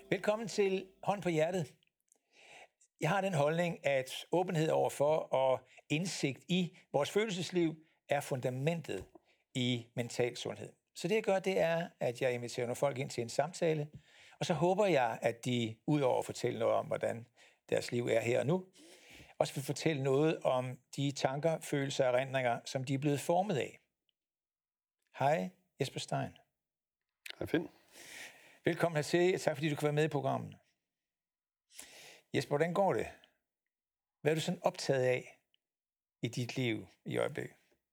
Velkommen til Hånd på hjertet. Jeg har den holdning, at åbenhed overfor og indsigt i vores følelsesliv er fundamentet i mental sundhed. Så det jeg gør, det er, at jeg inviterer nogle folk ind til en samtale, og så håber jeg, at de udover at fortælle noget om, hvordan deres liv er her og nu, også vil fortælle noget om de tanker, følelser og erindringer, som de er blevet formet af. Hej, Jesper Stein. Hej Finn. Velkommen hertil. Tak fordi du kan være med i programmet. Jesper, hvordan går det? Hvad er du sådan optaget af i dit liv i øjeblikket?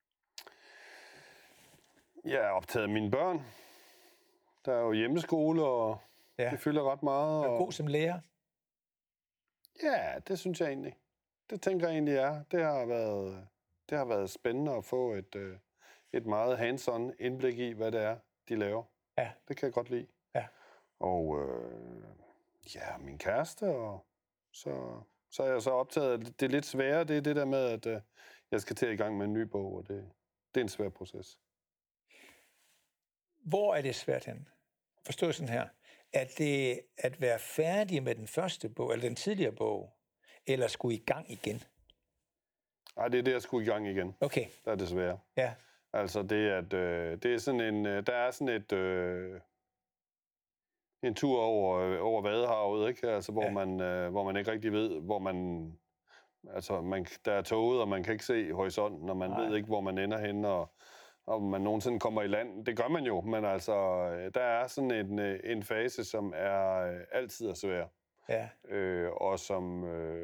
Jeg er optaget af mine børn. Der er jo hjemmeskole, og det fylder ret meget. Er du god som lærer? Ja, det synes jeg egentlig. Det tænker jeg egentlig er. Det har været spændende at få et meget hands-on indblik i, hvad det er, de laver. Ja. Det kan jeg godt lide. Ja. Og min kæreste, og så er jeg så optaget af det er lidt sværere. Det er det der med, at jeg skal til i gang med en ny bog, og det er en svær proces. Hvor er det svært hen? Forstå sådan her. Er det at være færdig med den første bog, eller den tidligere bog, eller skulle i gang igen? Nej, det er det, jeg skulle i gang igen. Okay. Der er det svære. Ja. Altså det er sådan en, der er sådan en tur over Vadehavet, ikke? Altså hvor man ikke rigtig ved, hvor man, altså der er toget, og man kan ikke se horisonten, og man ved ikke, hvor man ender hen, og man nogensinde kommer i land. Det gør man jo, men altså der er sådan en fase, som altid er svær. Ja. Og som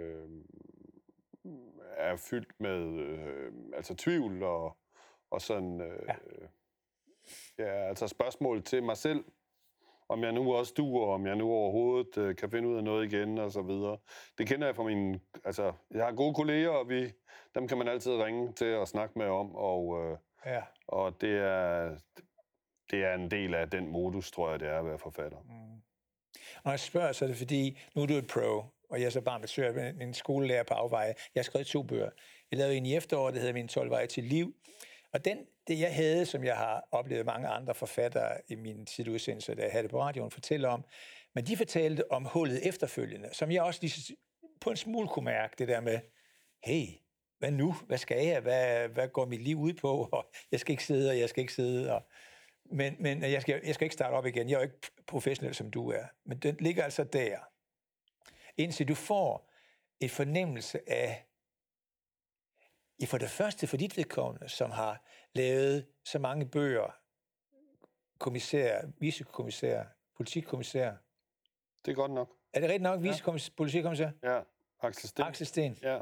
er fyldt med tvivl og sådan altså spørgsmål til mig selv, om jeg nu også duer, om jeg nu overhovedet kan finde ud af noget igen, og så videre. Det kender jeg fra jeg har gode kolleger, og dem kan man altid ringe til og snakke med om, og det er en del af den modus, tror jeg, det er at være forfatter. Mm. Når jeg spørger, så er det fordi, nu er du et pro, og jeg er så bare besøger en skolelærer på afveje. Jeg har skrevet 2 bøger. Jeg lavede en i efteråret, der hedder Mine 12 veje til liv. Og det jeg havde, som jeg har oplevet mange andre forfattere i mine tidligere udsendelser, da jeg havde det på radioen, fortæller om, men de fortalte om hullet efterfølgende, som jeg også lige på en smule kunne mærke, det der med, hey, hvad nu? Hvad skal jeg? Hvad går mit liv ud på? Og jeg skal ikke sidde, og jeg skal ikke sidde. Men jeg skal ikke starte op igen. Jeg er jo ikke professionel, som du er. Men den ligger altså der. Indtil du får et fornemmelse af, for det første for dit vedkommende, som har lavet så mange bøger, kommissær, vicekommissær, politikkommissær. Det er godt nok. Er det rigtigt nok, politikkommissær? Ja, Axel Steen. Ja.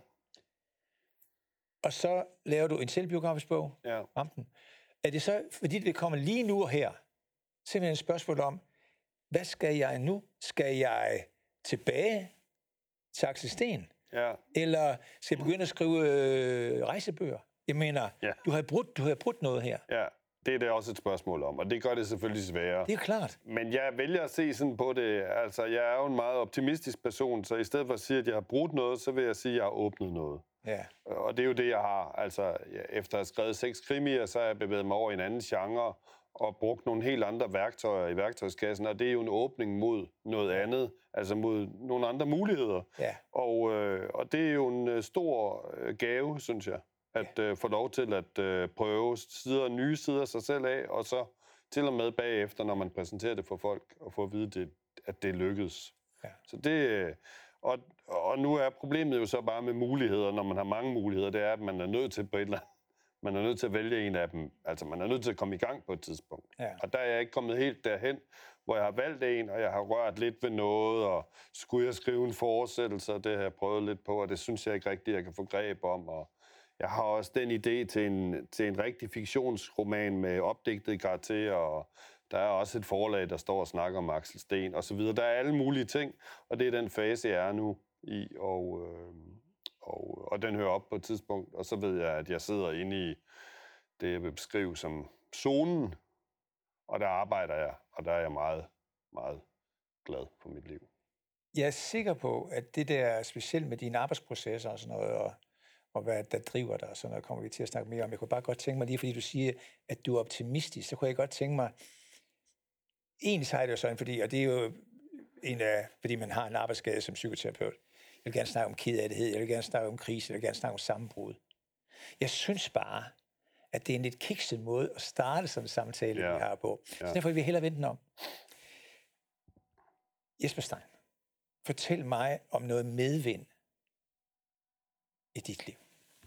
Og så laver du en selvbiografisk bog om den. Er det så, fordi det kommer lige nu og her, simpelthen et spørgsmål om, hvad skal jeg nu? Skal jeg tilbage til Axel Steen? Ja. Eller skal jeg begynde at skrive rejsebøger? Jeg mener, du har brudt noget her. Ja, det er det også et spørgsmål om, og det gør det selvfølgelig sværere. Det er jo klart. Men jeg vælger at se sådan på det, altså jeg er jo en meget optimistisk person, så i stedet for at sige, at jeg har brudt noget, så vil jeg sige, at jeg har åbnet noget. Ja. Og det er jo det, jeg har. Altså, efter at have skrevet 6 krimier, så har jeg bevæget mig over i en anden genre og brugt nogle helt andre værktøjer i værktøjskassen, og det er jo en åbning mod noget andet, altså mod nogle andre muligheder. Ja. Og det er jo en stor gave, synes jeg, at få lov til at prøve nye sider af sig selv af, og så til og med bagefter, når man præsenterer det for folk, og få at vide, at det lykkedes. Ja. Så det... Og nu er problemet jo så bare med muligheder, når man har mange muligheder, det er, at man er nødt til på et eller andet, man er nødt til at vælge en af dem. Altså, man er nødt til at komme i gang på et tidspunkt. Ja. Og der er jeg ikke kommet helt derhen, hvor jeg har valgt en, og jeg har rørt lidt ved noget, og skulle jeg skrive en fortsættelse, og det har jeg prøvet lidt på, og det synes jeg ikke rigtigt, jeg kan få greb om. Og jeg har også den idé til en rigtig fiktionsroman med opdigtede karakterer, og der er også et forlag, der står og snakker om Axel Steen, og så videre. Der er alle mulige ting, og det er den fase, jeg er nu i, og den hører op på et tidspunkt, og så ved jeg, at jeg sidder inde i det, jeg vil beskrive som zonen, og der arbejder jeg, og der er jeg meget, meget glad for mit liv. Jeg er sikker på, at det der specielt med dine arbejdsprocesser og sådan noget, og hvad der driver dig, og sådan noget, kommer vi til at snakke mere om. Jeg kunne bare godt tænke mig, lige fordi du siger, at du er optimistisk, så kunne jeg godt tænke mig, egentlig har jeg det jo sådan, fordi, og det er jo fordi man har en arbejdsskade som psykoterapeut. Jeg vil gerne snakke om kedelighed, jeg vil gerne snakke om krise, jeg vil gerne snakke om sammenbrud. Jeg synes bare, at det er en lidt kikset måde at starte sådan en samtale, vi har på. Så derfor vil vi hellere vente den om. Jesper Stein, fortæl mig om noget medvind i dit liv.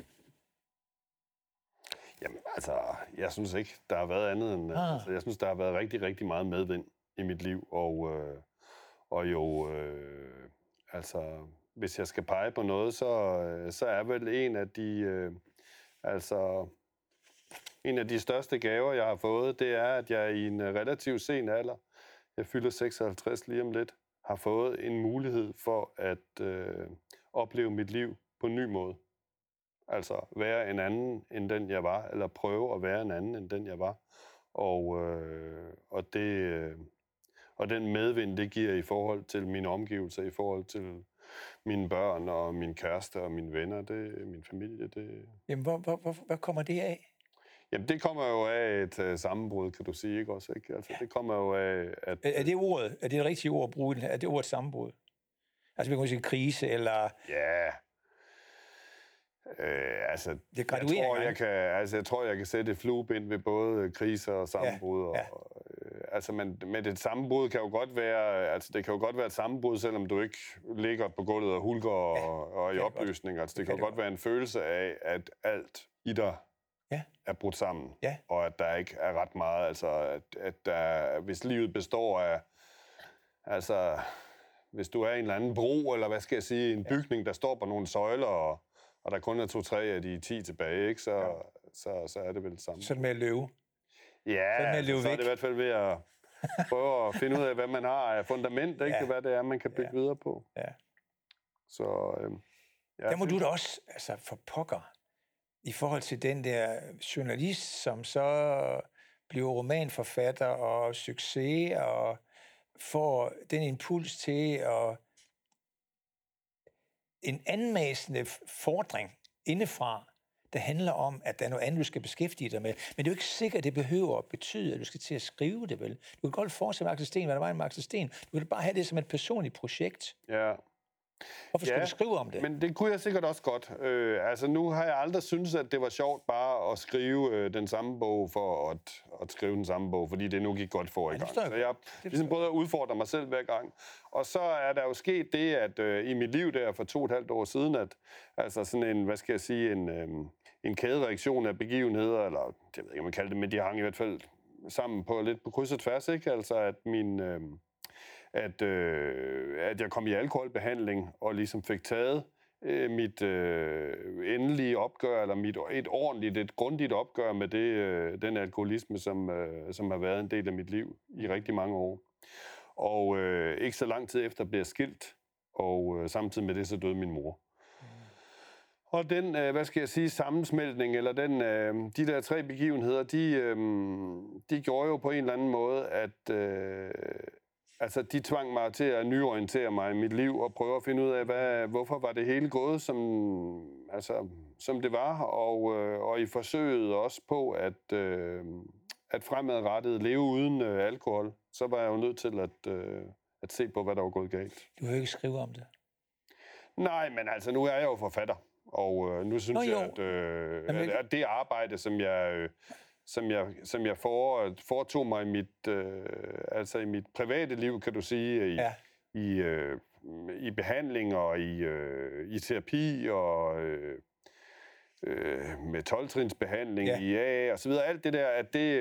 Jamen, altså, jeg synes ikke, der har været andet end... Altså, jeg synes, der har været rigtig, rigtig meget medvind i mit liv, og jo... Altså, hvis jeg skal pege på noget, så er vel en af de største gaver, jeg har fået, det er, at jeg i en relativt sen alder, jeg fylder 56 lige om lidt, har fået en mulighed for at opleve mit liv på en ny måde. Altså være en anden end den, jeg var, eller prøve at være en anden end den, jeg var. Og den medvind, det giver i forhold til mine omgivelser, i forhold til mine børn og min kæreste og mine venner, min familie. Jamen, hvad kommer det af? Jamen, det kommer jo af et sammenbrud, kan du sige, ikke også? Ikke? Altså, det kommer jo af, at... Er det rigtige ord at bruge? Er det ordet sammenbrud? Altså, vi kan sige krise, eller... Ja... jeg tror, jeg kan sætte et fluebind ved både kriser og sammenbrud. Men et sammenbrud kan jo godt være, det kan jo godt være et sammenbrud, selvom du ikke ligger på gulvet og hulker og i opløsning. Altså, det kan jo godt være en følelse af, at alt i dig er brudt sammen, og at der ikke er ret meget. Altså, hvis livet består af, altså, hvis du er en eller anden bro, eller hvad skal jeg sige, en bygning, der står på nogle søjler, og der kun er 2-3 af de 10 tilbage, ikke? Så er det vel det samme. Så er det med at løbe? Ja, så er det i hvert fald ved at prøve at finde ud af, hvad man har af fundament, ikke? Ja. Hvad det er, man kan bygge videre på. Ja. Så, der må du da også, for pokker, i forhold til den der journalist, som så bliver romanforfatter og succes, og får den impuls til at en anmassende fordring indefra, der handler om, at der er noget andet, du skal beskæftige dig med. Men det er jo ikke sikkert, at det behøver at betyde, at du skal til at skrive det, vel? Du kan godt fortsætte med Axel Steen, hvad der var med Axel Steen. Du kan bare have det som et personligt projekt. Ja. Hvorfor skal du skrive om det? Men det kunne jeg sikkert også godt. Nu har jeg aldrig syntes, at det var sjovt bare at skrive den samme bog for at skrive den samme bog, fordi det nu gik godt for i gang. Så jeg ligesom prøvede at udfordre mig selv hver gang. Og så er der jo sket det, at i mit liv der for 2,5 år siden, at altså sådan en, hvad skal jeg sige, en kædereaktion af begivenheder, eller jeg ved ikke, om man kalder det, men de hang i hvert fald sammen lidt på kryds og tværs, ikke? Altså at at jeg kom i alkoholbehandling og ligesom fik taget mit endelige opgør, eller et grundigt opgør med den alkoholisme, som har været en del af mit liv i rigtig mange år. Og ikke så lang tid efter blev jeg skilt, og samtidig med det så døde min mor. Og den, hvad skal jeg sige, sammensmeltning, eller de der 3 begivenheder, de gjorde jo på en eller anden måde, at de tvang mig til at nyorientere mig i mit liv og prøve at finde ud af, hvorfor var det hele gået, som det var, og i forsøget også på at fremadrettet leve uden alkohol, så var jeg jo nødt til at se på, hvad der var gået galt. Du vil ikke skrive om det? Nej, men nu er jeg jo forfatter, og nu synes jeg, at det arbejde, som jeg foretog mig i mit private liv, kan du sige, i behandling og i terapi og med 12-trinsbehandling i AA og så videre, alt det der,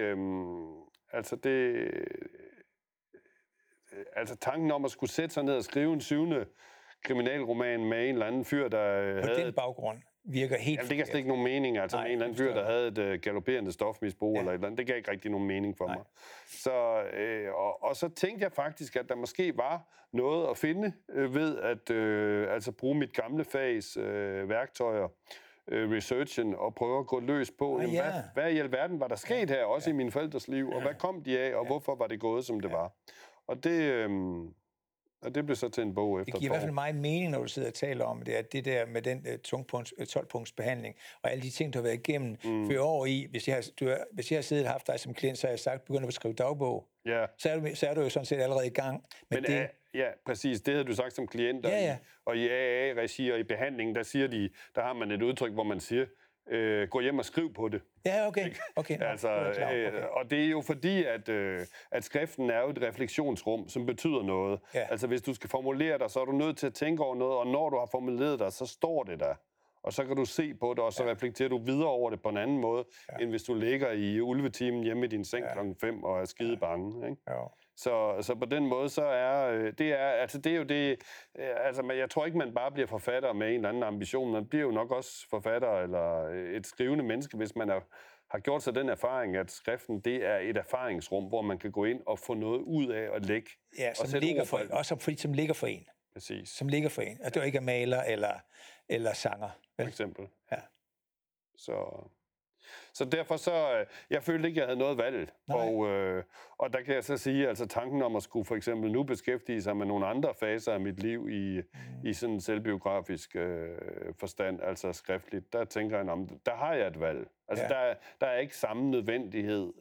at tanken om at skulle sætte sig ned og skrive en 7. kriminalroman med en eller anden fyr, der havde... På den baggrund virker helt... Jamen, det gav slet ikke nogen mening, med en eller anden fyr, der havde et galopperende stofmisbrug eller et eller andet. Det gav ikke rigtig nogen mening for mig. Så, og så tænkte jeg faktisk, at der måske var noget at finde ved at bruge mit gamle fags værktøjer, researchen, og prøve at gå løs på, hvad i alverden var der sket her, også i mine forældres liv, og hvad kom de af, og hvorfor var det gået, som det var. Og det... Og det blev så til en bog efter. Det giver i hvert fald meget mening, når du sidder og taler om det, at det der med den 12-punkts behandling, og alle de ting, du har været igennem, for år i, hvis jeg har siddet og haft dig som klient, så har jeg sagt, begynder at skrive dagbog. Ja. Så er du jo sådan set allerede i gang med det. Ja, præcis. Det havde du sagt som klient. Og i AA-regi og i behandlingen, der har man et udtryk, hvor man siger, gå hjem og skriv på det. Ja, okay. Altså, og det er jo fordi, at skriften er jo et refleksionsrum, som betyder noget. Ja. Altså, hvis du skal formulere dig, så er du nødt til at tænke over noget, og når du har formuleret dig, så står det der. Og så kan du se på det, og så reflekterer du videre over det på en anden måde, end hvis du ligger i ulvetimen hjemme i din seng klokken 5 og er skide bange. Ikke? Ja. Så på den måde, så det er jo det, altså jeg tror ikke, man bare bliver forfatter med en eller anden ambition, man bliver jo nok også forfatter eller et skrivende menneske, hvis man har gjort sig den erfaring, at skriften, det er et erfaringsrum, hvor man kan gå ind og få noget ud af og lægge. Ja, som ligger for en. Også fordi, som ligger for en. Præcis. Som ligger for en. At det ikke er maler eller sanger. Vel? For eksempel. Ja. Så derfor så, jeg følte ikke, jeg havde noget valg. Og der kan jeg så sige, altså tanken om at skulle for eksempel nu beskæftige sig med nogle andre faser af mit liv i sådan en selvbiografisk forstand, altså skriftligt, der tænker jeg om, der har jeg et valg. Altså der er ikke samme nødvendighed.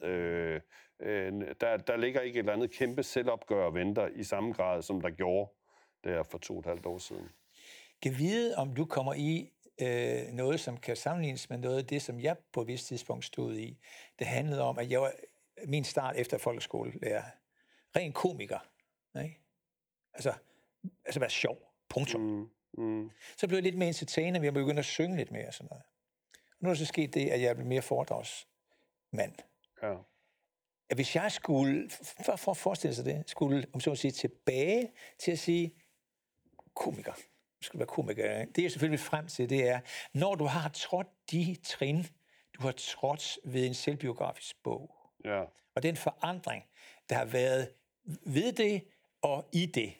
Der ligger ikke et eller andet kæmpe selvopgør og venter i samme grad, som der gjorde der for 2,5 år siden. Kan vide, om du kommer i noget, som kan sammenlignes med noget af det, som jeg på et vist tidspunkt stod i. Det handlede om, at jeg var min start efter folkeskolelærer. Ren komiker. Ikke? Altså være sjov. Punktum. Så blev jeg lidt mere entertainer, vi har begyndt at synge lidt mere og sådan noget. Og nu er der så sket det, at jeg blev mere foredragsmand. Ja. At hvis jeg skulle, for at forestille sig det, skulle, om så at sige, tilbage til at sige komiker. Skulle være komiker. Det jeg selvfølgelig frem til, det er, når du har trådt de trin, du har trådt ved en selvbiografisk bog. Ja. Og den forandring, der har været ved det og i det,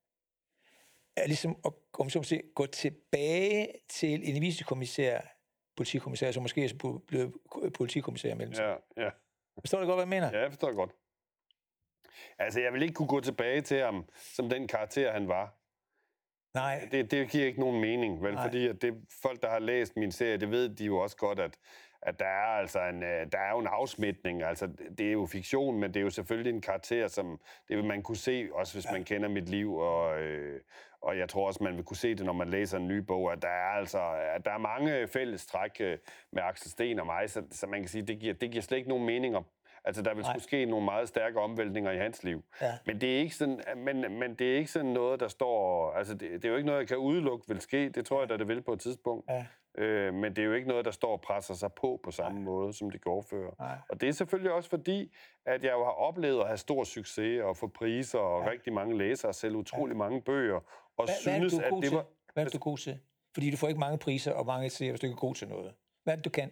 er ligesom at gå tilbage til en vicekommissær, politikommissær, som måske er blevet politikommissær mellem sig. Ja. Forstår du godt, hvad jeg mener? Ja, jeg forstår godt. Altså, jeg vil ikke kunne gå tilbage til ham, som den karakter, han var. Nej. Det giver ikke nogen mening, vel? Nej. Fordi at det folk, der har læst min serie, det ved de jo også godt, at der er altså der er jo en afsmitning. Altså, det er jo fiktion, men det er jo selvfølgelig en karakter, som det vil man kunne se, også hvis man kender mit liv, og jeg tror også, man vil kunne se det, når man læser en ny bog, at der er mange fælles træk med Axel Steen og mig, så man kan sige, det giver slet ikke nogen mening om. Altså, der vil skulle ske nogle meget stærke omvæltninger i hans liv. Ja. Men det er ikke sådan, men det er ikke sådan noget, der står... Altså, det er jo ikke noget, jeg kan udelukke vil ske. Det tror jeg, da det vil på et tidspunkt. Ja. Men det er jo ikke noget, der står og presser sig på samme måde, som det går før. Nej. Og det er selvfølgelig også fordi, at jeg jo har oplevet at have stor succes og få priser og rigtig mange læsere og sælge utrolig mange bøger. Og synes, at det var... Hvad er du god til? Fordi du får ikke mange priser og mange serier, hvis du ikke er god til noget. Hvad er det, du kan?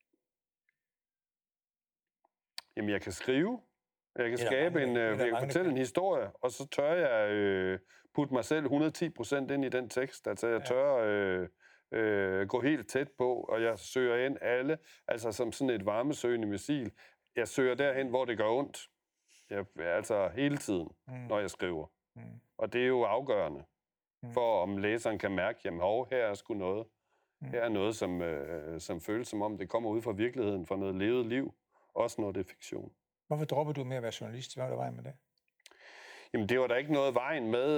Jamen, jeg kan skrive. Jeg kan jeg kan fortælle en historie, og så tør jeg putte mig selv 110% ind i den tekst. Altså, jeg tør gå helt tæt på, og jeg søger ind alle, altså som sådan et varmesøgende missil. Jeg søger derhen, hvor det gør ondt. Altså hele tiden, når jeg skriver. Og det er jo afgørende, for om læseren kan mærke, jamen her er sgu noget. Her er noget, som føles som om, det kommer ud fra virkeligheden, fra noget levet liv. Også når det er fiktion. Hvorfor dropper du med at være journalist? Hvad var der vejen med det? Jamen, det var der ikke noget vejen med.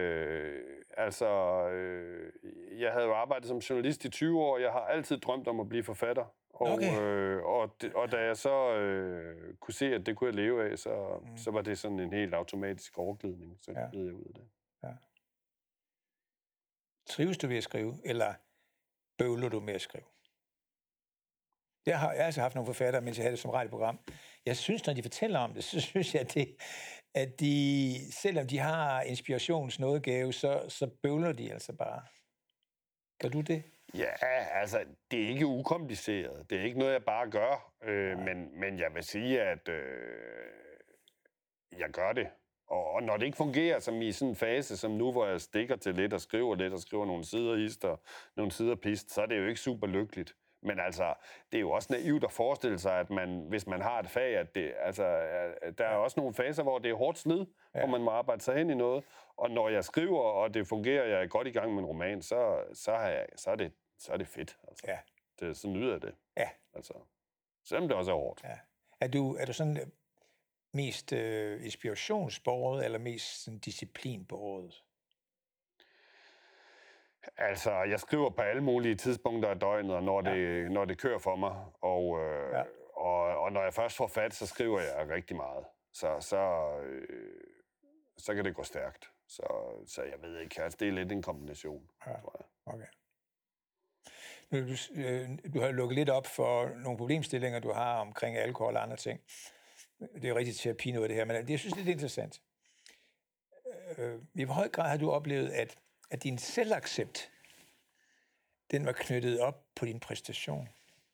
Jeg havde jo arbejdet som journalist i 20 år. Jeg har altid drømt om at blive forfatter. Og da jeg så kunne se, at det kunne jeg leve af, så var det sådan en helt automatisk overglidning. Så gled jeg ud af det. Ja. Trives du ved at skrive, eller bøvler du med at skrive? Jeg har altså haft nogle forfattere, mens jeg havde det som radioprogram. Jeg synes, når de fortæller om det, så synes jeg, at de, selvom de har inspirationsnådegave, så bøvler de altså bare. Gør du det? Ja, altså, det er ikke ukompliceret. Det er ikke noget, jeg bare gør. Men jeg vil sige, at jeg gør det. Og når det ikke fungerer som i sådan en fase som nu, hvor jeg stikker til lidt og skriver nogle sider hist og nogle sider pist, så er det jo ikke super lykkeligt. Men altså, det er jo også naivt at forestille sig, at man, hvis man har et fag, at det, altså, der er også nogle faser, hvor det er hårdt slid, hvor man må arbejde sig hen i noget. Og når jeg skriver, og det fungerer, jeg er godt i gang med en roman, så er det fedt. Altså. Ja. Det, så nyder jeg det. Ja. Altså, selvom det også er hårdt. Ja. Er du sådan mest inspirationsbåret, eller mest sådan disciplinbåret? Altså, jeg skriver på alle mulige tidspunkter af døgnet, når det kører for mig. Og når jeg først får fat, så skriver jeg rigtig meget. Så kan det gå stærkt. Så jeg ved ikke, altså, det er lidt en kombination, tror jeg. Okay. Du har lukket lidt op for nogle problemstillinger, du har omkring alkohol og andre ting. Det er rigtig terapi noget af det her, men jeg synes, det er interessant. I hvor høj grad har du oplevet, at din selvaccept, den var knyttet op på din præstation?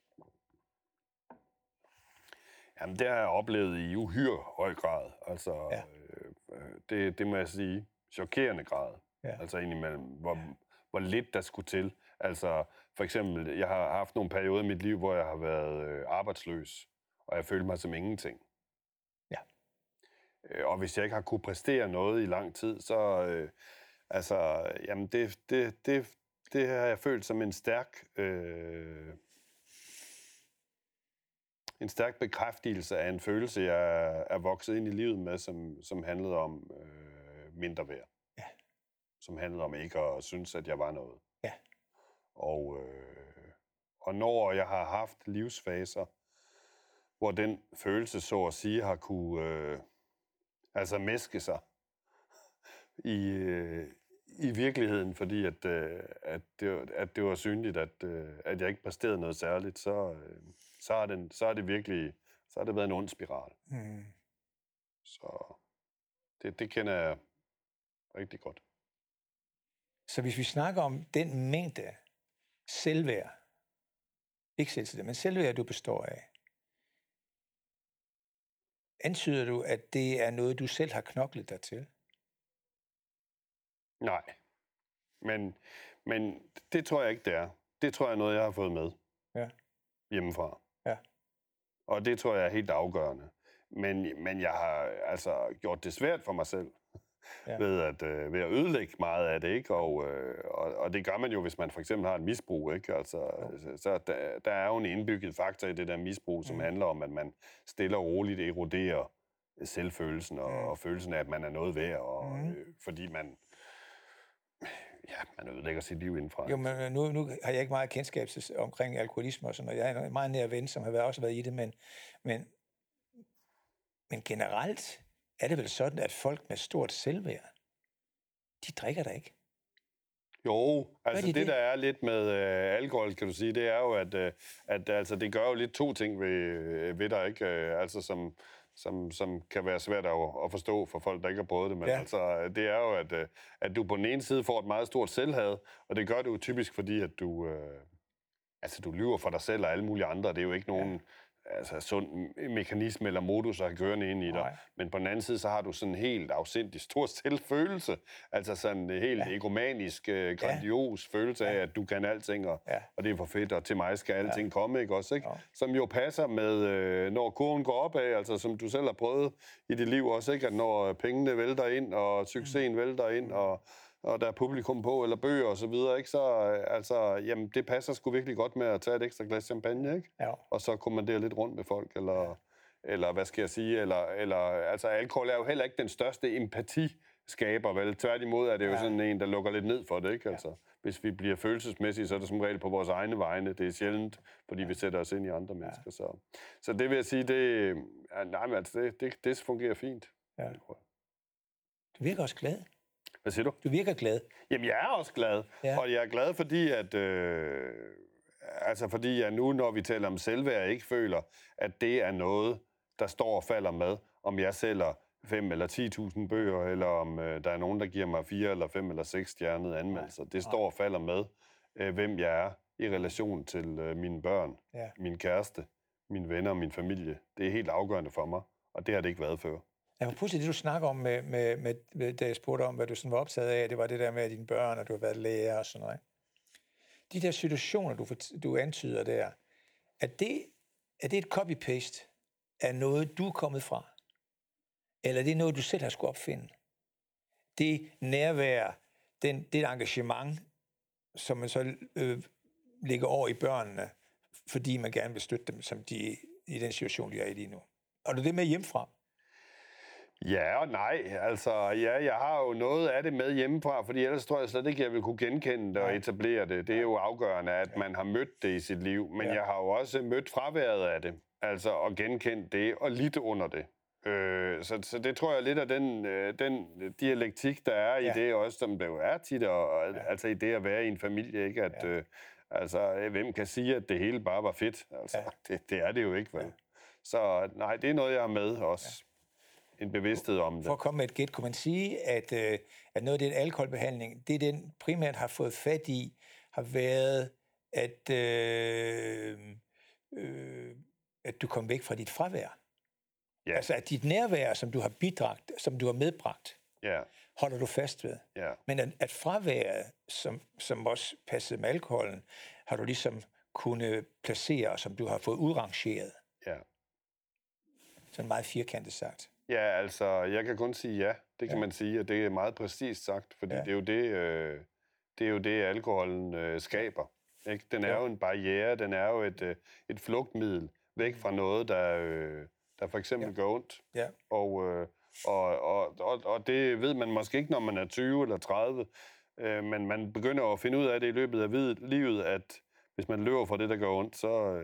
Jamen, det har jeg oplevet i uhyre høj grad. Altså, det må jeg sige. Chokerende grad. Ja. Altså indimellem, hvor lidt der skulle til. Altså, for eksempel, jeg har haft nogle perioder i mit liv, hvor jeg har været arbejdsløs, og jeg følte mig som ingenting. Ja. Og hvis jeg ikke har kunne præstere noget i lang tid, så jamen det har jeg følt som en stærk bekræftelse af en følelse, jeg er vokset ind i livet med, som handlede om mindre værd. Ja. Som handlede om ikke at synes, at jeg var noget. Ja. Og når jeg har haft livsfaser, hvor den følelse, så at sige, har kunne mæske sig i virkeligheden, fordi at det var synligt, at jeg ikke præsterede noget særligt, så har det virkelig, så har det været en ond spiral. Mm. Så det kender jeg rigtig godt. Så hvis vi snakker om den mængde selvværd, ikke selvtillid, men selvværd, du består af, antyder du, at det er noget, du selv har knoklet dig til? Nej, men det tror jeg ikke, det er. Det tror jeg er noget, jeg har fået med hjemmefra. Ja. Og det tror jeg er helt afgørende. Men jeg har altså gjort det svært for mig selv ved at ødelægge meget af det, ikke? Og det gør man jo, hvis man for eksempel har et misbrug, ikke? Altså, så der er jo en indbygget faktor i det der misbrug, som handler om, at man stille og roligt eroderer selvfølelsen og følelsen af, at man er noget værd, og fordi man ødelægger sit liv indenfra. Jo, men nu har jeg ikke meget kendskab omkring alkoholisme og sådan noget. Jeg er en meget nær ven, som har også været i det, men generelt er det vel sådan, at folk med stort selvværd, de drikker der ikke? Jo, altså det der er lidt med alkohol, kan du sige, det er jo, at altså, det gør jo lidt to ting ved dig, ikke? Altså som kan være svært at forstå for folk, der ikke har prøvet det. Men altså, det er jo, at du på den ene side får et meget stort selvhad, og det gør du jo typisk, fordi at du lyver for dig selv og alle mulige andre. Det er jo ikke nogen sund mekanisme eller modus at have kørende ind i dig. Nej. Men på den anden side, så har du sådan en helt afsindig stor selvfølelse. Altså sådan en helt egomanisk, grandios følelse af, at du kan alting, og det er for fedt, og til mig skal alting komme, ikke også? Ikke? Som jo passer med, når kurven går opad, altså som du selv har prøvet i dit liv også, ikke? At når pengene vælter ind, og succesen vælter ind, og der er publikum på, eller bøger og så videre, ikke? Så jamen, det passer sgu virkelig godt med at tage et ekstra glas champagne, ikke? Ja. Og så kommandere lidt rundt med folk, eller hvad skal jeg sige, eller altså alkohol er jo heller ikke den største empatiskaber, vel? Tværtimod er det jo sådan en, der lukker lidt ned for det, ikke? Altså, hvis vi bliver følelsesmæssige, så er det som regel på vores egne vegne. Det er sjældent, fordi vi sætter os ind i andre mennesker. Så det vil jeg sige, det fungerer fint. Ja. Du virker også glad. Hvad siger du? Du virker glad. Jamen, jeg er også glad. Ja. Og jeg er glad, fordi fordi jeg nu, når vi taler om selvværd, ikke føler, at det er noget, der står og falder med, om jeg sælger 5 eller 10.000 bøger, eller om der er nogen, der giver mig 4 eller 5 eller 6 stjernede anmeldelser. Det står og falder med, hvem jeg er i relation til mine børn, min kæreste, mine venner og min familie. Det er helt afgørende for mig, og det har det ikke været før. Jeg var pludselig det, du snakker om, da jeg spurgte om, hvad du sådan var optaget af, det var det der med dine børn, og du har været lærer og sådan noget. De der situationer, du antyder der, Er det et copy-paste af noget, du er kommet fra? Eller er det noget, du selv har skulle opfinde? Det nærvær, det engagement, som man så lægger over i børnene, fordi man gerne vil støtte dem, som de i den situation, de er i lige nu. Og det med hjemmefra? Ja og nej. Altså, ja, jeg har jo noget af det med hjemmefra, fordi ellers tror jeg slet ikke, jeg vil kunne genkende det og etablere det. Det er jo afgørende, at man har mødt det i sit liv. Men jeg har jo også mødt fraværet af det. Altså, og genkendt det og lidt under det. Så det tror jeg lidt af den dialektik, der er i det også, som det jo er tit, altså i det at være i en familie, ikke? At, altså, hvem kan sige, at det hele bare var fedt? Altså, det er det jo ikke, vel? Så nej, det er noget, jeg har med også. En bevidsthed om det. For at komme med et gæt, kunne man sige, at noget af den alkoholbehandling, det den primært har fået fat i, har været, at du kom væk fra dit fravær. Ja. Altså at dit nærvær, som du har bidragt, som du har medbragt, holder du fast ved. Ja. Men at fraværet, som også passede med alkoholen, har du ligesom kunne placere, som du har fået udrangeret. Ja. Sådan meget firkantet sagt. Ja, altså, jeg kan kun sige ja. Det kan man sige, og det er meget præcist sagt, fordi det er jo det, alkoholen skaber. Ikke? Den er jo en barriere, den er jo et flugtmiddel væk fra noget, der for eksempel gør ondt. Ja. Og det ved man måske ikke, når man er 20 eller 30, men man begynder at finde ud af det i løbet af livet, at hvis man løber fra det, der gør ondt,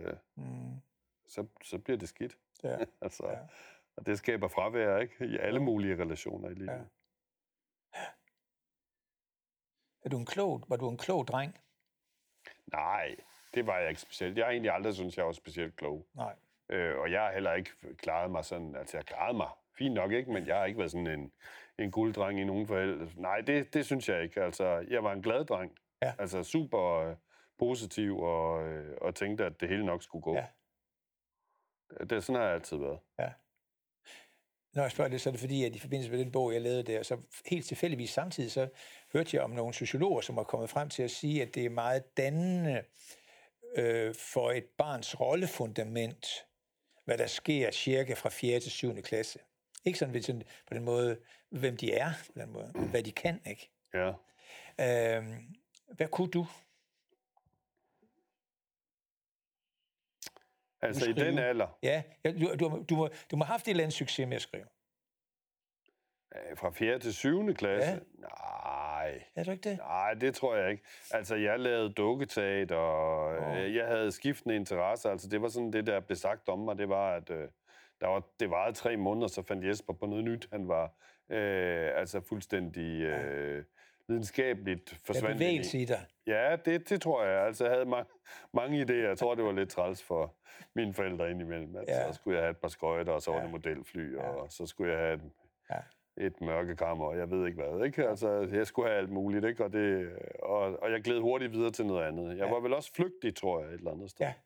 så bliver det skidt. Ja. Altså, og det skaber fravær, ikke? I alle mulige relationer i livet. Ja. Var du en klog dreng? Nej, det var jeg ikke specielt. Jeg har egentlig aldrig syntes, jeg var specielt klog. Nej. Og jeg har heller ikke klaret mig sådan, altså jeg klarede mig fint nok, ikke? Men jeg har ikke været sådan en gulddreng i nogen forældre. Nej, det synes jeg ikke. Altså, jeg var en glad dreng. Ja. Altså super positiv og tænkte, at det hele nok skulle gå. Ja. Sådan har jeg altid været. Ja. Når jeg spørger det, så er det fordi, at i forbindelse med den bog, jeg lavede der, så helt tilfældigvis samtidig, så hørte jeg om nogle sociologer, som var kommet frem til at sige, at det er meget dannende for et barns rollefundament, hvad der sker cirka fra 4. til 7. klasse. Ikke sådan på den måde, hvem de er, på den måde, hvad de kan, ikke? Ja. Hvad kunne du? Altså i den alder? Ja, du må have haft et eller andet succes med at skrive. Fra 4. til 7. klasse? Ja. Nej. Er du ikke det? Nej, det tror jeg ikke. Altså, jeg lavede dukketeater, og jeg havde skiftende interesser. Altså, det var sådan det, der blev sagt om mig. Det var, at det varede 3 måneder, så fandt Jesper på noget nyt. Han var altså fuldstændig videnskabeligt forsvandt. Der bevægelse i dig. Ja, det tror jeg. Altså, jeg havde mange idéer. Jeg tror, det var lidt træls for mine forældre indimellem. Altså, så skulle jeg have et par skøjter, og så var det modelfly, og så skulle jeg have et mørkekammer, og jeg ved ikke hvad, ikke? Altså, jeg skulle have alt muligt, ikke? Og jeg gled hurtigt videre til noget andet. Jeg var vel også flygtig, tror jeg, et eller andet sted. Ja.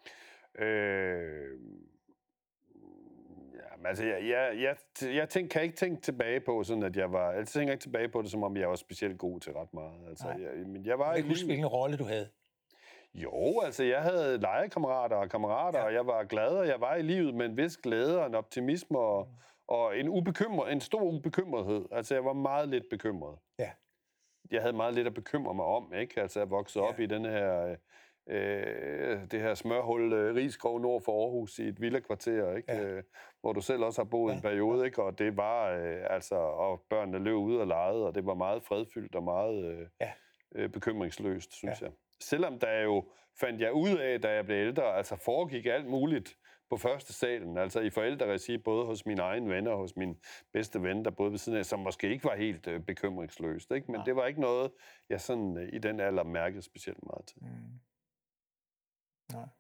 Altså, jeg kan ikke tænke tilbage på, sådan at jeg var... Jeg tænker ikke tilbage på det, som om jeg var specielt god til ret meget. Altså, jeg var ikke huske, hvilken rolle du havde? Jo, altså, jeg havde legekammerater og kammerater, og jeg var glad, og jeg var i livet med en vis glæde og en optimisme og en stor ubekymrethed. Altså, jeg var meget lidt bekymret. Ja. Jeg havde meget lidt at bekymre mig om, ikke? Altså, jeg voksede op i den her... det her smørhul Rigskov nord for Aarhus i et villakvarter, ikke? Hvor du selv også har boet en periode, ikke? Og det var og børnene løb ud og legede, og det var meget fredfyldt og meget bekymringsløst, synes jeg. Selvom der jo fandt jeg ud af, da jeg blev ældre, altså foregik alt muligt på første salen, altså i forældreregi, både hos mine egne venner og hos min bedste ven, der boede ved siden af, som måske ikke var helt bekymringsløst, ikke? Men det var ikke noget, jeg sådan i den alder mærkede specielt meget til. Nej.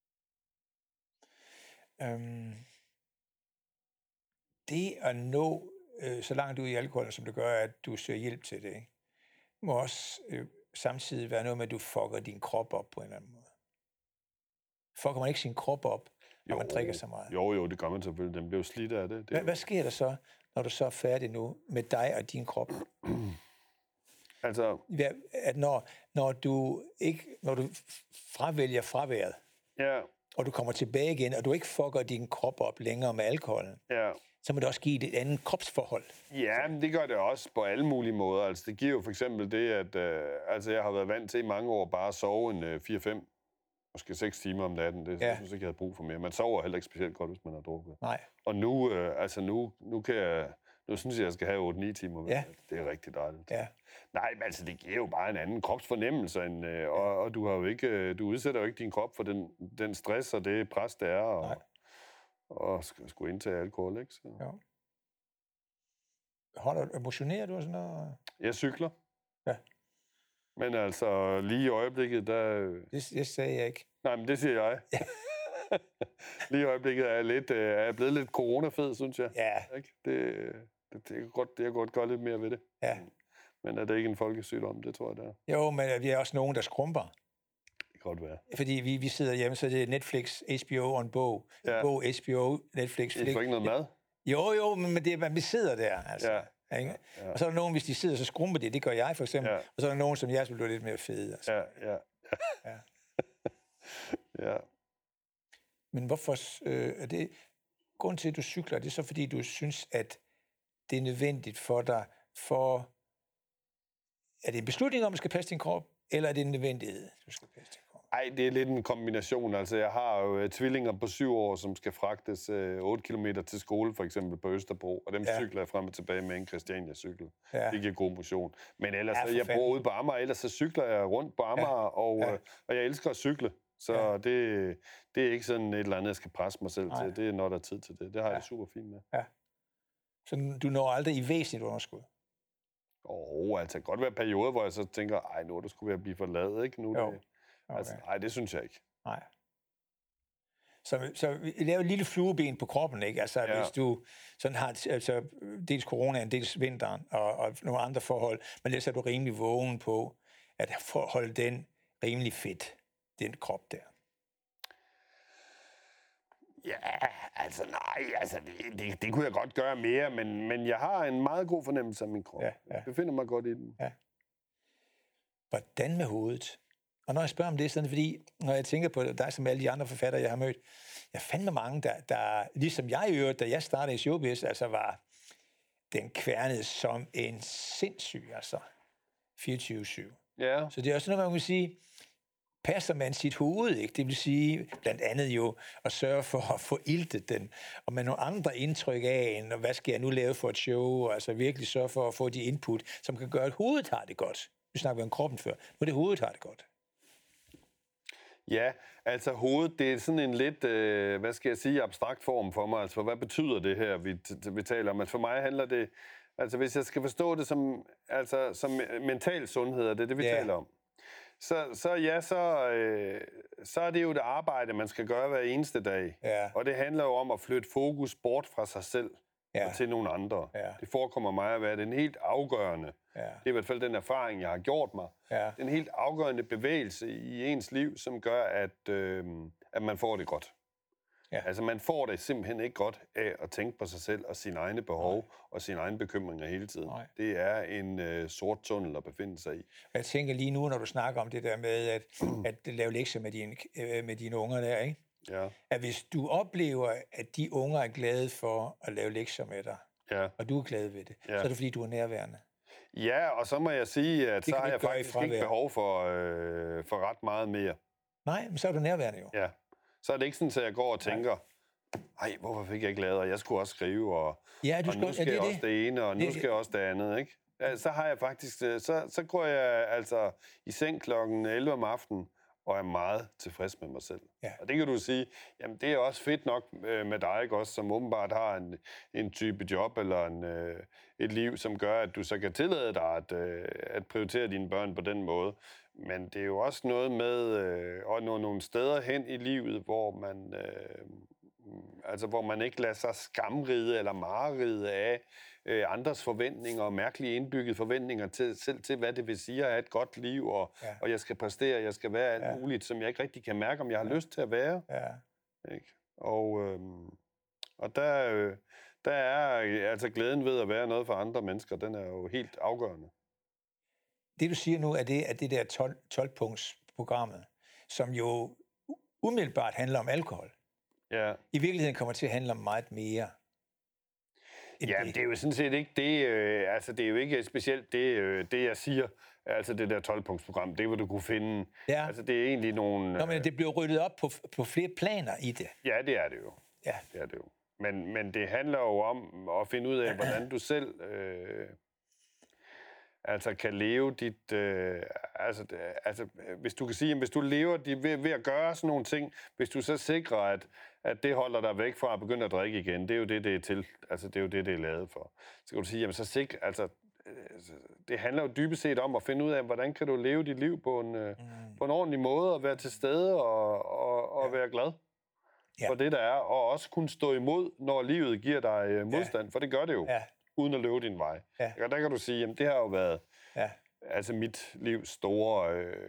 Det at nå så langt ud i alkoholen, som det gør, at du søger hjælp til det, ikke? Må også samtidig være noget med, at du fucker din krop op på en eller anden måde. Fucker man ikke sin krop op, når man drikker så meget? Jo, det gør man selvfølgelig. Den bliver slidt af det. Hvad sker der så, når du så er færdig nu med dig og din krop? Altså... At når du fravælger fraværet, og du kommer tilbage igen, og du ikke fucker din krop op længere med alkoholen, så må det også give et andet kropsforhold. Ja, men det gør det også på alle mulige måder. Altså, det giver jo for eksempel det, at jeg har været vant til i mange år bare at sove en 4-5, måske 6 timer om natten. Det jeg synes ikke, jeg havde brug for mere. Man sover heller ikke specielt godt, hvis man har drukket. Nej. Og nu, nu synes jeg skal have 8-9 timer. Ja. Det er rigtig dejligt. Ja. Nej, men altså, det giver jo bare en anden kropsfornemmelse, og du har jo ikke, du udsætter jo ikke din krop for den stress og det pres, det er, og skulle indtage alkohol, ikke? Så. Ja. Motionerer du og sådan noget? Jeg cykler. Ja. Men altså, lige i øjeblikket, der... Det sagde jeg ikke. Nej, men det siger jeg. Ja. Lige i øjeblikket er jeg blevet lidt coronafed, synes jeg. Ja. Ikke? Det er godt gøre lidt mere ved det. Ja. Men er det ikke en folkesygdom? Det tror jeg, det er. Jo, men vi er også nogen, der skrumper. Det kan godt være. Fordi vi sidder hjemme, så det er Netflix, HBO og en bog. Ja. En bog, HBO, Netflix. Det er ikke noget mad? Jo, men vi sidder der, altså. Ja. Ja. Og så er der nogen, hvis de sidder, så skrumper de. Det gør jeg, for eksempel. Ja. Og så er der nogen, som jeg bliver lidt mere fede. Altså. Ja. Ja. Men hvorfor er det... Grunden til, at du cykler, det er så, fordi du synes, at det er nødvendigt for dig, er det en beslutning om, at du skal passe din krop, eller er det en nødvendighed, du skal passe din krop? Ej, det er lidt en kombination. Altså, jeg har jo tvillinger på 7 år, som skal fragtes 8 kilometer til skole, for eksempel på Østerbro, og dem cykler jeg frem og tilbage med en Christiania-cykel. Ja. Det giver god motion. Men ellers, jeg bor ude på Amager, ellers så cykler jeg rundt på Amager, og jeg elsker at cykle. Så det er ikke sådan et eller andet, jeg skal presse mig selv til. Det er, når der er tid til det. Det har jeg super fint med. Ja. Så du når aldrig i væsentligt underskud? Altså, det kan godt være perioder, hvor jeg så tænker, nu er det sgu ved at blive forladet, ikke? Nu det, altså, det synes jeg ikke. Nej. Så vi laver et lille flueben på kroppen, ikke? Altså, hvis du sådan har dels coronaen, dels vinteren og nogle andre forhold, men ellers er du rimelig vågen på at holde den rimelig fedt, den krop der. Ja, altså det kunne jeg godt gøre mere, men jeg har en meget god fornemmelse af min krop. Ja. Jeg befinder mig godt i den. Ja. Hvordan med hovedet? Og når jeg spørger om det, så er det fordi, når jeg tænker på dig som alle de andre forfattere, jeg har mødt, jeg fandt med mange, der ligesom jeg i øvrigt, da jeg startede i showbiz, altså var den kværnet som en sindssyg, altså 24/7. Ja. Så det er også noget, man kan sige, passer man sit hoved, ikke? Det vil sige, blandt andet jo, at sørge for at få iltet den, og med nogle andre indtryk af, og hvad skal jeg nu lave for et show, og altså virkelig sørge for at få de input, som kan gøre, at hovedet har det godt. Vi snakker om kroppen før. Nu er det hovedet har det godt. Ja, altså hovedet, det er sådan en lidt, abstrakt form for mig. Altså, hvad betyder det her, vi taler om? Altså, for mig handler det, altså hvis jeg skal forstå det som mental sundhed, er det vi taler om. Så er det jo et arbejde, man skal gøre hver eneste dag. Ja. Og det handler jo om at flytte fokus bort fra sig selv og til nogle andre. Ja. Det forekommer mig at være den helt afgørende. Ja. Det er i hvert fald den erfaring, jeg har gjort mig. Ja. Den helt afgørende bevægelse i ens liv, som gør, at man får det godt. Ja. Altså man får det simpelthen ikke godt af at tænke på sig selv og sine egne behov og sine egne bekymringer hele tiden. Nej. Det er en sort tunnel at befinde sig i. Jeg tænker lige nu, når du snakker om det der med at lave lektier med dine unger der, ikke? Ja. At hvis du oplever, at de unger er glade for at lave lektier med dig, og du er glad ved det, så er det fordi, du er nærværende. Ja, og så må jeg sige, at så har jeg faktisk ikke behov for ret meget mere. Nej, men så er du nærværende jo. Ja. Så er det ikke sådan, at jeg går og tænker, hvorfor fik jeg ikke lavet, og jeg skulle også skrive, og nu skal jeg også det ene, og nu skal jeg også det andet, ikke? Ja, så har jeg faktisk, så går jeg altså i seng klokken 11 om aftenen, og er meget tilfreds med mig selv. Ja. Og det kan du sige, jamen det er også fedt nok med dig, ikke også, som åbenbart har en type job, eller et liv, som gør, at du så kan tillade dig at prioritere dine børn på den måde. Men det er jo også noget med at nå nogle steder hen i livet, hvor man ikke lader sig skamride eller mareride af andres forventninger og mærkelige indbyggede forventninger til, hvad det vil sige at have et godt liv, og jeg skal præstere, jeg skal være alt muligt, som jeg ikke rigtig kan mærke, om jeg har lyst til at være. Ja. Ikke? Og der er altså glæden ved at være noget for andre mennesker, den er jo helt afgørende. Det, du siger nu, er det der 12-punktsprogrammet, som jo umiddelbart handler om alkohol, Ja. i virkeligheden kommer til at handle om meget mere. Ja, det er jo sådan set ikke det, altså det er jo ikke specielt det jeg siger, altså det der 12-punktsprogram, det vil du kunne finde. Ja. Altså det er egentlig nogle... Nå, men det bliver ryddet op på flere planer i det. Ja, det er det jo. Ja. Det er det jo. Men det handler jo om at finde ud af, hvordan du selv altså kan leve dit... altså, hvis du kan sige, at hvis du lever ved at gøre sådan nogle ting, hvis du så sikrer, at det holder dig væk fra at begynde at drikke igen, det er jo det er til. Altså, det er jo det er lavet for. Så kan du sige, jamen så sikre... Altså, det handler jo dybest set om at finde ud af, hvordan kan du leve dit liv på en ordentlig måde, og være til stede og være glad for det, der er, og også kunne stå imod, når livet giver dig modstand, for det gør det jo, uden at løbe din vej. Ja. Og der kan du sige, jamen det har jo været altså mit livs store,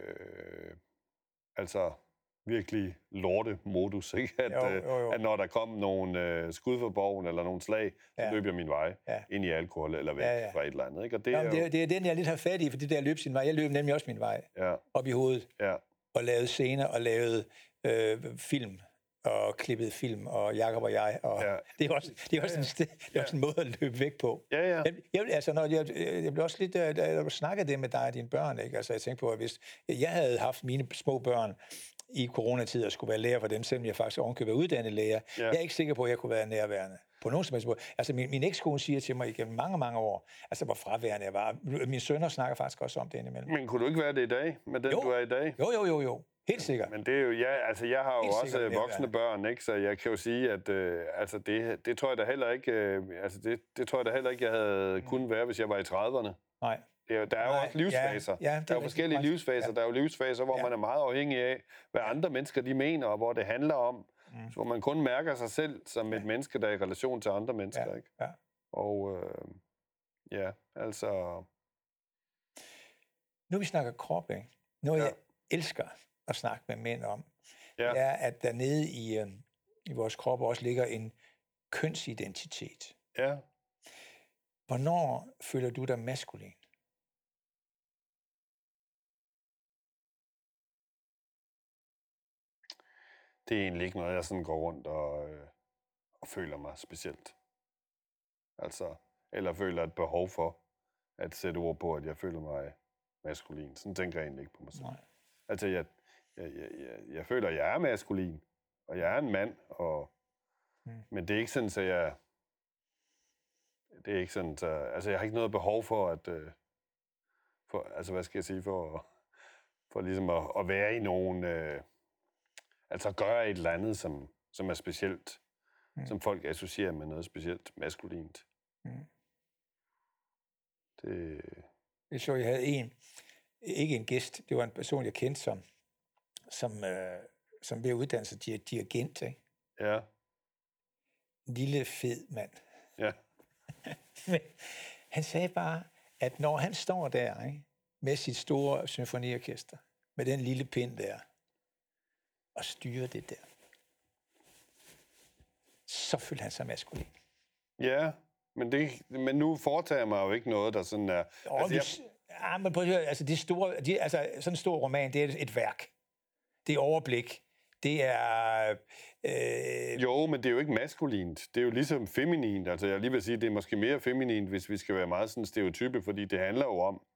altså virkelig lortemodus, ikke? At når der kom nogle skud for borgen eller nogle slag, så løb jeg min vej ind i alkohol eller væk fra et eller andet. Ikke? Og det er den, jeg lidt har fat i, for det der løb sin vej. Jeg løb nemlig også min vej op i hovedet og lavede scener og lavede film og klippede film og Jakob og jeg. Og det er også en måde at løbe væk på. Ja. Jeg blev også lidt, da du snakkede det med dig og dine børn, ikke? Altså jeg tænkte på, at hvis jeg havde haft mine små børn i coronatid og skulle være lærer for dem, selvom jeg faktisk ovenkøbet er uddannet lærer. Jeg er ikke sikker på, at jeg kunne være nærværende på nogen som helst måde. Altså min ekskone siger til mig igennem mange, mange år, altså hvor fraværende jeg var. Mine sønner snakker faktisk også om det indimellem. Men kunne du ikke være det i dag, med den du er i dag? Jo. Helt sikkert. Men det er jo, jeg har jo helt også voksne børn, ikke? Så jeg kan jo sige, at altså det tror jeg da heller ikke, det tror jeg da heller ikke, jeg havde kunnet være, hvis jeg var i 30'erne. Nej. Der er jo også livsfaser. Ja, der er jo forskellige livsfaser. Der er jo livsfaser, hvor man er meget afhængig af, hvad andre mennesker de mener, og hvor det handler om, hvor man kun mærker sig selv som et menneske, der er i relation til andre mennesker. Ikke? Ja. Og altså... Nu vi snakker krop, ikke? Noget jeg elsker at snakke med mænd om, er, at der nede i vores krop også ligger en kønsidentitet. Ja. Hvornår føler du dig maskulin? Det er egentlig ikke noget, jeg sådan går rundt og føler mig specielt. Altså, eller føler et behov for at sætte ord på, at jeg føler mig maskulin. Sådan tænker jeg egentlig ikke på mig selv. Nej. Altså, jeg føler, at jeg er maskulin, og jeg er en mand, men det er ikke sådan, så jeg... Det er ikke sådan, så... Altså, jeg har ikke noget behov for at... altså, hvad skal jeg sige? For ligesom at være i nogen... altså, gøre et eller andet, som er specielt. Som folk associerer med noget specielt maskulint. Det så, jeg havde ikke en gæst, det var en person, jeg kendte som ved at uddanne sig dirigent, ikke? Ja. Lille, fed mand. Ja. Men han sagde bare, at når han står der, ikke, med sit store symfoniorkester, med den lille pind der, og styrer det der, så føler han sig maskulin. Ja, men nu foretager jeg mig jo ikke noget, der sådan er... Men prøv at høre, altså sådan en stor roman, det er et værk. Det er overblik. Det er... Jo, men det er jo ikke maskulint. Det er jo ligesom feminint. Altså, jeg lige vil sige, det er måske mere feminint, hvis vi skal være meget sådan stereotype, fordi det handler jo om...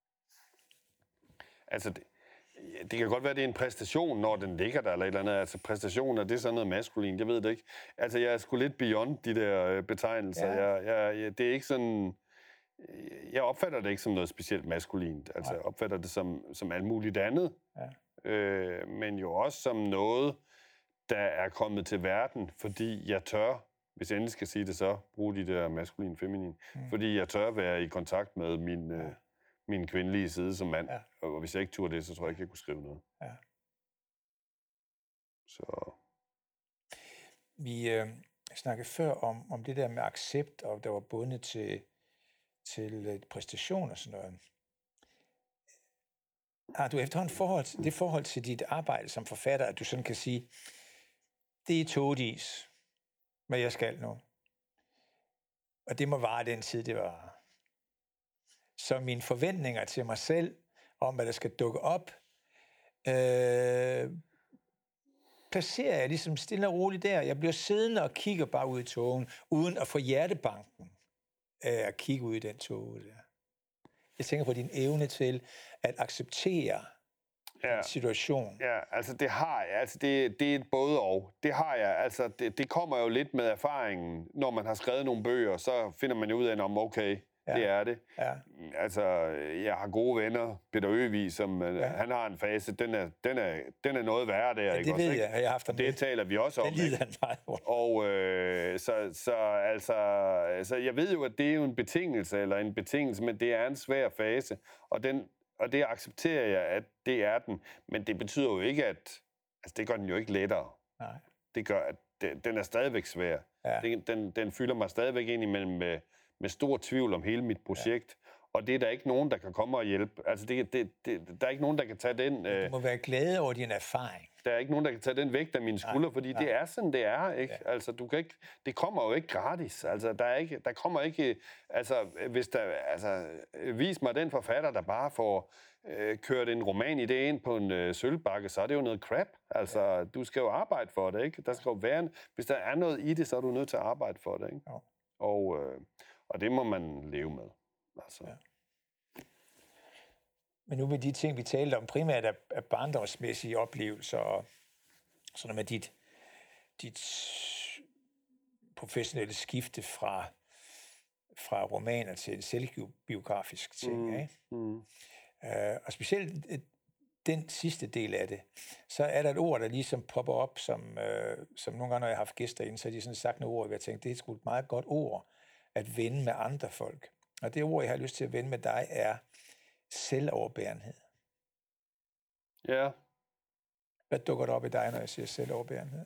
Altså, det kan godt være, det er en præstation, når den ligger der, eller et eller andet. Altså, præstationer, det er sådan noget maskulint. Jeg ved det ikke. Altså, jeg er sgu lidt beyond de der betegnelser. Ja. Det er ikke sådan... Jeg opfatter det ikke som noget specielt maskulint. Altså, jeg opfatter det som alt muligt andet. Ja. Men jo også som noget, der er kommet til verden, fordi jeg tør, hvis jeg endelig skal sige det så, bruge de der maskulin-feminin, fordi jeg tør være i kontakt med min kvindelige side som mand. Ja. Og hvis jeg ikke turde det, så tror jeg ikke, jeg kunne skrive noget. Ja. Så... Vi snakkede før om det der med accept, og der var bundet til præstation og sådan noget. Har du efterhånden forhold til dit arbejde som forfatter, at du sådan kan sige, det er tådis, hvad jeg skal nu. Og det må vare den tid, det var. Så mine forventninger til mig selv, om hvad der skal dukke op, placerer jeg ligesom stille og roligt der. Jeg bliver siddende og kigger bare ud i togen, uden at få hjertebanken af at kigge ud i den tog der. Jeg tænker på din evne til at acceptere en situation. Ja, altså det har jeg. Altså det er et både og. Det har jeg. Altså det kommer jo lidt med erfaringen. Når man har skrevet nogle bøger, så finder man jo ud af, om okay, det er det. Ja. Altså, jeg har gode venner, Peter Øvig, som han har en fase, den er noget værre der. Ja, ikke det også, ved ikke? jeg, og jeg har haft det taler vi også om. Det lider han meget over. Og så jeg ved jo, at det er jo en betingelse, men det er en svær fase, og det accepterer jeg, at det er den, men det betyder jo ikke, at altså det gør den jo ikke lettere. Nej. Det gør, at den er stadigvæk svær. Ja. Den fylder mig stadigvæk ind imellem med stor tvivl om hele mit projekt, og det er der ikke nogen, der kan komme og hjælpe. Altså, der er ikke nogen, der kan tage den... Du må være glad over din erfaring. Der er ikke nogen, der kan tage den vægt af mine skuldre, fordi det er sådan, det er, ikke? Ja. Altså, du kan ikke... Det kommer jo ikke gratis. Altså, der kommer ikke... Altså, vis mig den forfatter, der bare får kørt en roman-idé ind på en sølvbakke, så er det jo noget crap. Altså, du skal jo arbejde for det, ikke? Der skal jo være hvis der er noget i det, så er du nødt til at arbejde for det, ikke? Ja. Og det må man leve med. Altså. Ja. Men nu med de ting, vi talte om, primært af barndomsmæssige oplevelser, og sådan med dit professionelle skifte fra romaner til en selvbiografisk ting, ikke? Og specielt den sidste del af det, så er der et ord, der ligesom popper op, som nogle gange, når jeg har haft gæster inde, så har de sådan sagt nogle ord, og jeg tænkte, det er sgu et meget godt ord at vende med andre folk. Og det ord, jeg har lyst til at vende med dig, er selvoverbærenhed. Ja. Hvad dukker der op i dig, når jeg siger selvoverbærenhed?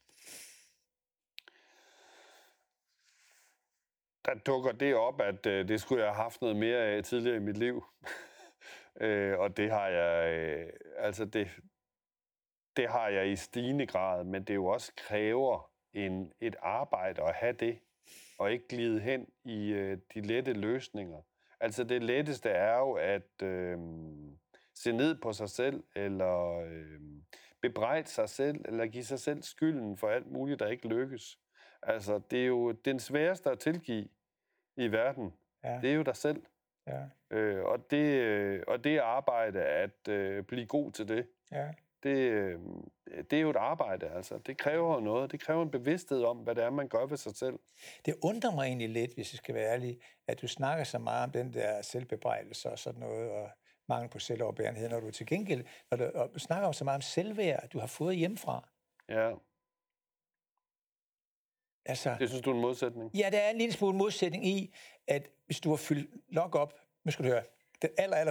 Der dukker det op, at det skulle jeg have haft noget mere af tidligere i mit liv. Og det har jeg, det har jeg i stigende grad, men det jo også kræver et arbejde at have det, og ikke glide hen i de lette løsninger. Altså det letteste er jo at se ned på sig selv, eller bebrejde sig selv, eller give sig selv skylden for alt muligt, der ikke lykkes. Altså det er jo den sværeste at tilgive i verden. Ja. Det er jo dig selv. Ja. Og det arbejde at blive god til det. Ja. Det er jo et arbejde, altså. Det kræver noget. Det kræver en bevidsthed om, hvad det er, man gør ved sig selv. Det undrer mig egentlig lidt, hvis jeg skal være ærlig, at du snakker så meget om den der selvbebrejdelse og sådan noget, og mangel på selvoverbærenhed, når du til gengæld du snakker om så meget om selvværd, at du har fået hjemmefra. Ja. Altså, det synes du er en modsætning? Ja, der er en lille smule modsætning i, at hvis du har fyldt nok op, nu skal du høre, den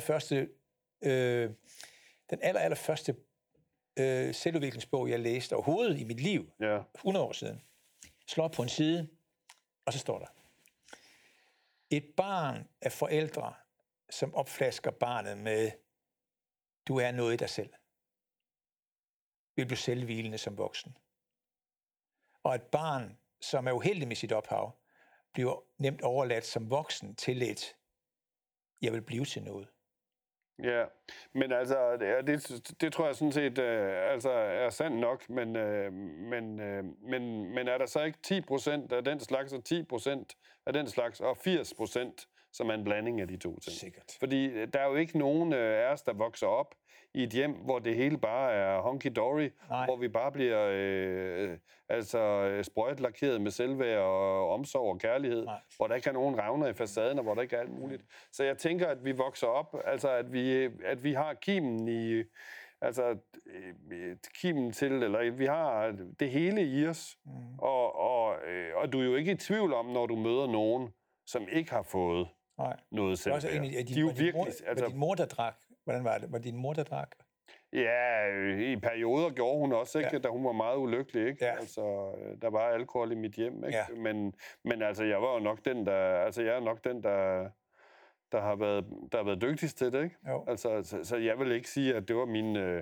allerførste selvudviklingsbog, jeg læste overhovedet i mit liv, 100 år siden, slår på en side, og så står der: et barn af forældre, som opflasker barnet med, du er noget i dig selv, vil blive selvhvilende som voksen. Og et barn, som er uheldig med sit ophav, bliver nemt overladt som voksen til jeg vil blive til noget. Ja, men altså, det tror jeg sådan set er sandt nok, men er der så ikke 10% af den slags, og 10% af den slags, og 80%, som er en blanding af de to ting? Sikkert. Fordi der er jo ikke nogen af os, der vokser op i et hjem, hvor det hele bare er honky-dory, hvor vi bare bliver sprøjtlakeret med selvværd og omsorg og kærlighed, hvor der ikke er nogen revner i facaden, og hvor der ikke er alt muligt. Så jeg tænker, at vi vokser op, altså at vi har kimen i, kimen til, eller vi har det hele i os, og du er jo ikke i tvivl om, når du møder nogen, som ikke har fået noget selvværd. De er jo virkelig... Var din mor, der drak? Hvordan var det? Var din mor, der drak? Ja, i perioder gjorde hun også, ikke? Da hun var meget ulykkelig, ikke? Ja. Altså, der var alkohol i mit hjem, ikke? Ja. Men altså, jeg var jo nok den, der har været dygtigst til det, ikke? Altså, så jeg vil ikke sige, at det var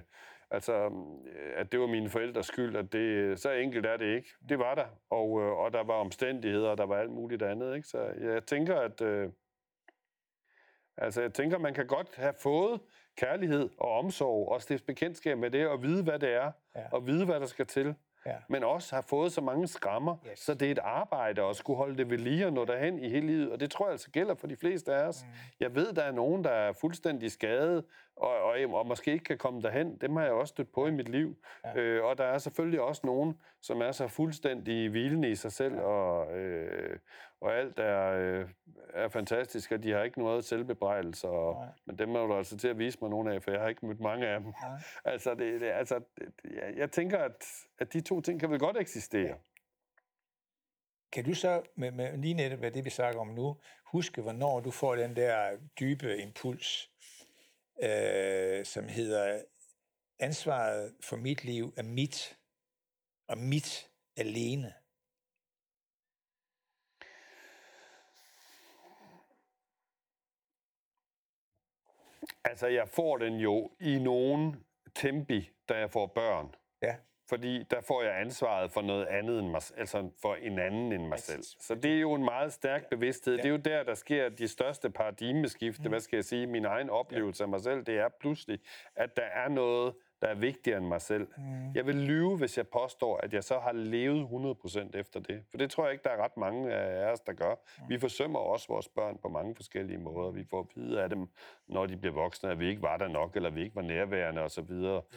at det var mine forældres skyld, at det, så enkelt er det ikke. Det var der, og der var omstændigheder, og der var alt muligt andet, ikke? Så jeg tænker, Altså, jeg tænker, man kan godt have fået kærlighed og omsorg, og stifte bekendtskab med det, og vide, hvad det er, og vide, hvad der skal til. Ja. Men også har fået så mange skrammer, så det er et arbejde at skulle holde det ved lige og nå derhen i hele livet, og det tror jeg altså gælder for de fleste af os. Jeg ved, der er nogen, der er fuldstændig skadet, og måske ikke kan komme derhen. Dem har jeg også stødt på i mit liv. Ja. Og der er selvfølgelig også nogen, som er så fuldstændig hvilende i sig selv, og alt er fantastisk, og de har ikke noget selvbebrejdelse. Men dem er du altså til at vise mig nogle af, for jeg har ikke mødt mange af dem. Jeg tænker, at de to ting kan vel godt eksistere. Ja. Kan du så, med lige netop hvad det vi snakker om nu, huske, hvornår du får den der dybe impuls, som hedder, ansvaret for mit liv er mit, og mit alene? Altså, jeg får den jo i nogen tempi, da jeg får børn. Ja. Fordi der får jeg ansvaret for noget andet end mig, altså for en anden end mig selv. Så det er jo en meget stærk bevidsthed. Det er jo der sker de største paradigmeskifte, hvad skal jeg sige, min egen oplevelse af mig selv, det er pludselig, at der er noget, der er vigtigere end mig selv. Jeg vil lyve, hvis jeg påstår, at jeg så har levet 100% efter det. For det tror jeg ikke, der er ret mange af os, der gør. Vi forsømmer også vores børn på mange forskellige måder. Vi får at vide af dem, når de bliver voksne, at vi ikke var der nok, eller vi ikke var nærværende osv.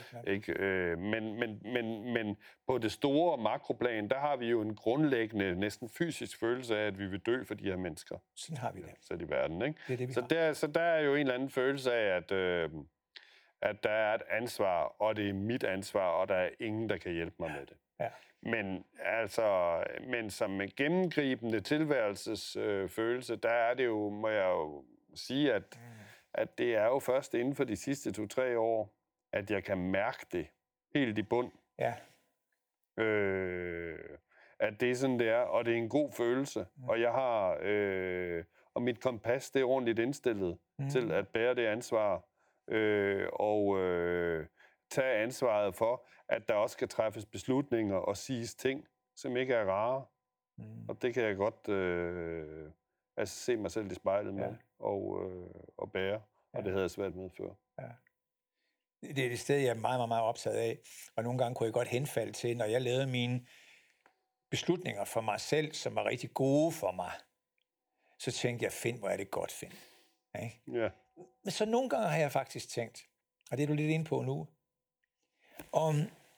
Men på det store makroplan, der har vi jo en grundlæggende, næsten fysisk følelse af, at vi vil dø for de her mennesker. Sådan har vi det. Så i verden, ikke? Det er det, så der er jo en eller anden følelse af, at der er et ansvar, og det er mit ansvar, og der er ingen, der kan hjælpe mig med det. Ja. Men som en gennemgribende tilværelsesfølelse, der er det jo, må jeg jo sige, at det er jo først inden for de sidste 2-3 år, at jeg kan mærke det helt i bund. Ja. At det er sådan, det er, og det er en god følelse. Og jeg har, og mit kompas, det er ordentligt indstillet til at bære det ansvar, tage ansvaret for, at der også skal træffes beslutninger og siges ting, som ikke er rare. Og det kan jeg godt se mig selv i spejlet med og bære, og det havde jeg svært med før. Ja. Det er et sted, jeg er meget, meget, meget optaget af, og nogle gange kunne jeg godt henfalde til, når jeg lavede mine beslutninger for mig selv, som var rigtig gode for mig, så tænkte jeg, Finn, hvor er det godt, Finn. Ikke? Ja. Men så nogle gange har jeg faktisk tænkt, og det er du lidt inde på nu, om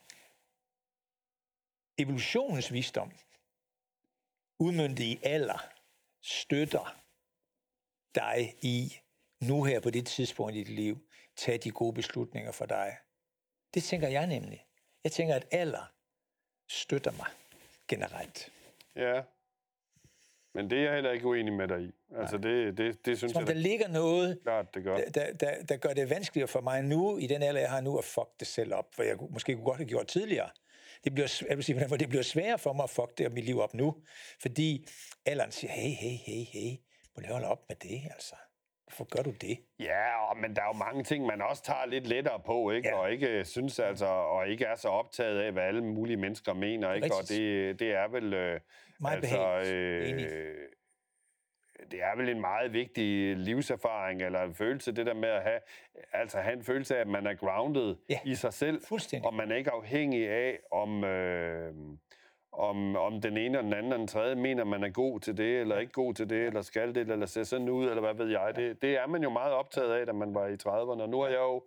evolutionens visdom, udmøntet i alder, støtter dig i, nu her på det tidspunkt i dit liv, tage de gode beslutninger for dig. Det tænker jeg nemlig. Jeg tænker, at alder støtter mig generelt. Ja. Men det er jeg heller ikke uenig med dig i. Altså, det synes jeg... Der ligger noget, klart, det gør. Der gør det vanskeligere for mig nu, i den alder, jeg har nu, at fuck det selv op, hvad jeg måske godt have gjort tidligere. Det bliver sværere for mig at fuck det og mit liv op nu, fordi alderen siger, hey, må du holde op med det, altså. Hvorfor gør du det? Ja, men der er jo mange ting, man også tager lidt lettere på, ikke? Ja. Og ikke synes altså, og ikke er så optaget af, hvad alle mulige mennesker mener, ikke? Og det er vel det er vel en meget vigtig livserfaring eller en følelse, det der med at have en følelse af, at man er grounded i sig selv, og man er ikke afhængig af om den ene og den anden og den tredje mener, man er god til det, eller ikke god til det, eller skal det, eller ser sådan ud, eller hvad ved jeg. Det er man jo meget optaget af, da man var i 30'erne. Og nu har jeg jo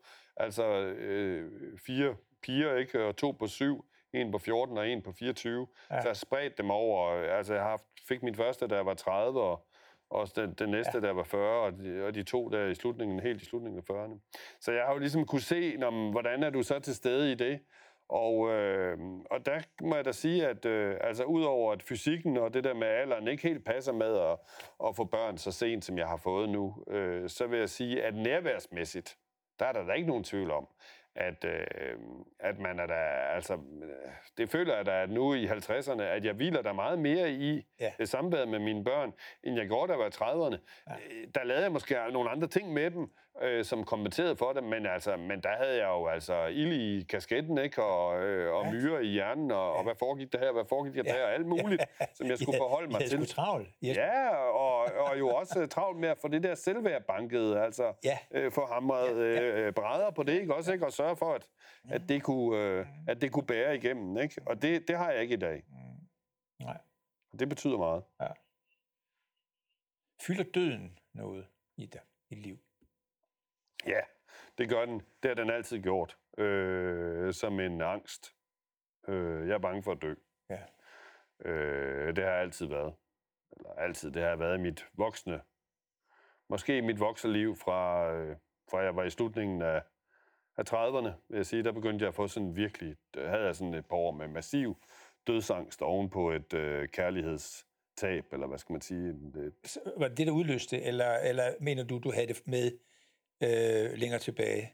4 piger, ikke? Og 2 på 7, 1 på 14 og 1 på 24. Ja. Så jeg har spredt dem over. Altså, jeg fik min første, da jeg var 30, og den næste, der var 40, og de 2 der helt i slutningen af 40'erne. Så jeg har jo ligesom kunne se, hvordan er du så til stede i det? Og der må jeg da sige, at altså udover at fysikken og det der med alderen ikke helt passer med at få børn så sent, som jeg har fået nu, så vil jeg sige, at nærværsmæssigt, der er der ikke nogen tvivl om, at man er der, altså, det føler jeg da, at nu i 50'erne, at jeg hviler der meget mere i samværet med mine børn, end jeg gjorde, der var i 30'erne. Ja. Der lavede jeg måske nogle andre ting med dem, som kompenserede for det, men der havde jeg jo altså ild i kasketten, ikke? Og myrer i hjernen, og hvad foregik der her, hvad foregik der der, og alt muligt, som jeg skulle forholde mig til. Travlt. Ja, og jo også travlt med at få det der selvværd banket, altså få hamret brædder på det, ikke? Også, ikke? Og sørge for, at det kunne bære igennem, ikke? Og det har jeg ikke i dag. Nej. Og det betyder meget. Ja. Fylder døden noget i dig, i dit liv? Ja, det gør den. Det har den altid gjort. Som en angst. Jeg er bange for at dø. Ja. Det har jeg altid været. Eller altid. Det har været i mit voksne. Måske i mit voksenliv fra jeg var i slutningen af 30'erne, vil jeg sige. Der begyndte jeg at få sådan virkelig... Havde jeg sådan et par år med massiv dødsangst oven på et kærlighedstab, eller hvad skal man sige? Var det, der udløste, eller mener du havde det med længere tilbage?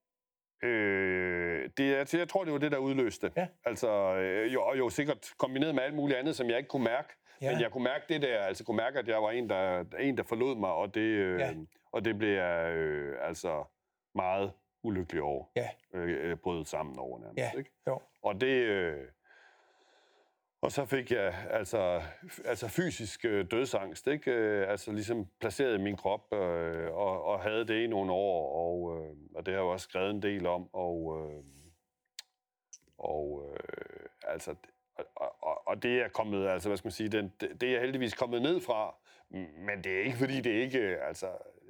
Jeg tror, det var det, der udløste. Ja. Altså, jo sikkert kombineret med alt muligt andet, som jeg ikke kunne mærke. Ja. Men jeg kunne mærke det der, altså kunne mærke, at jeg var en, der forlod mig, og det blev jeg altså meget ulykkelig over. Ja. Brød sammen over nærmest. Ja. Ikke? Jo. Og det... Og så fik jeg altså fysisk dødsangst, ikke? Altså ligesom placeret i min krop, og havde det i nogle år, og det har jeg også skrevet en del om, og det er kommet, altså hvad skal man sige, det er heldigvis kommet ned fra, men det er ikke fordi det ikke, altså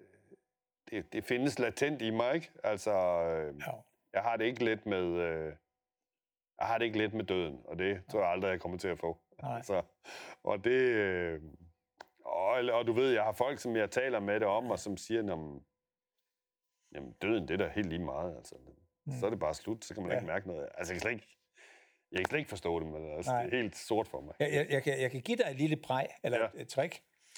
det findes latent i mig, ikke? Altså jeg har det ikke let med jeg har det ikke let med døden, og det tror jeg aldrig, jeg kommer til at få. Altså, og det... Og du ved, jeg har folk, som jeg taler med det om, og som siger, jamen døden, det er da helt lige meget. Altså. Så er det bare slut, så kan man ikke mærke noget. Altså, jeg kan slet ikke forstå det, men altså, det er helt sort for mig. Jeg kan give dig et lille præg, eller et trick.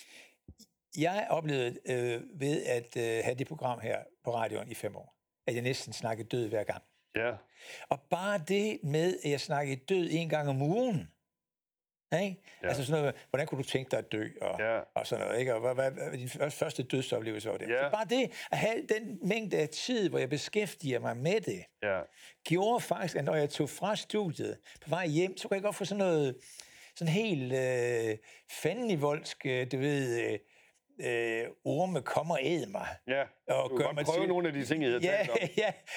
Jeg oplevede ved at have det program her på radioen i 5 år, at jeg næsten snakkede død hver gang. Ja. Og bare det med, at jeg snakkede død 1 gang om ugen, ikke? Ja. Altså sådan noget, hvordan kunne du tænke dig at dø, og sådan noget, ikke? Og hvad din første dødsoplevelse var det? Så bare det, at have den mængde af tid, hvor jeg beskæftiger mig med det, gjorde faktisk, at når jeg tog fra studiet på vej hjem, så kunne jeg godt få sådan noget, sådan helt fandenivoldsk, du ved... orme kommer æde mig. Ja, og du kan prøve nogle af de ting, jeg har talt om.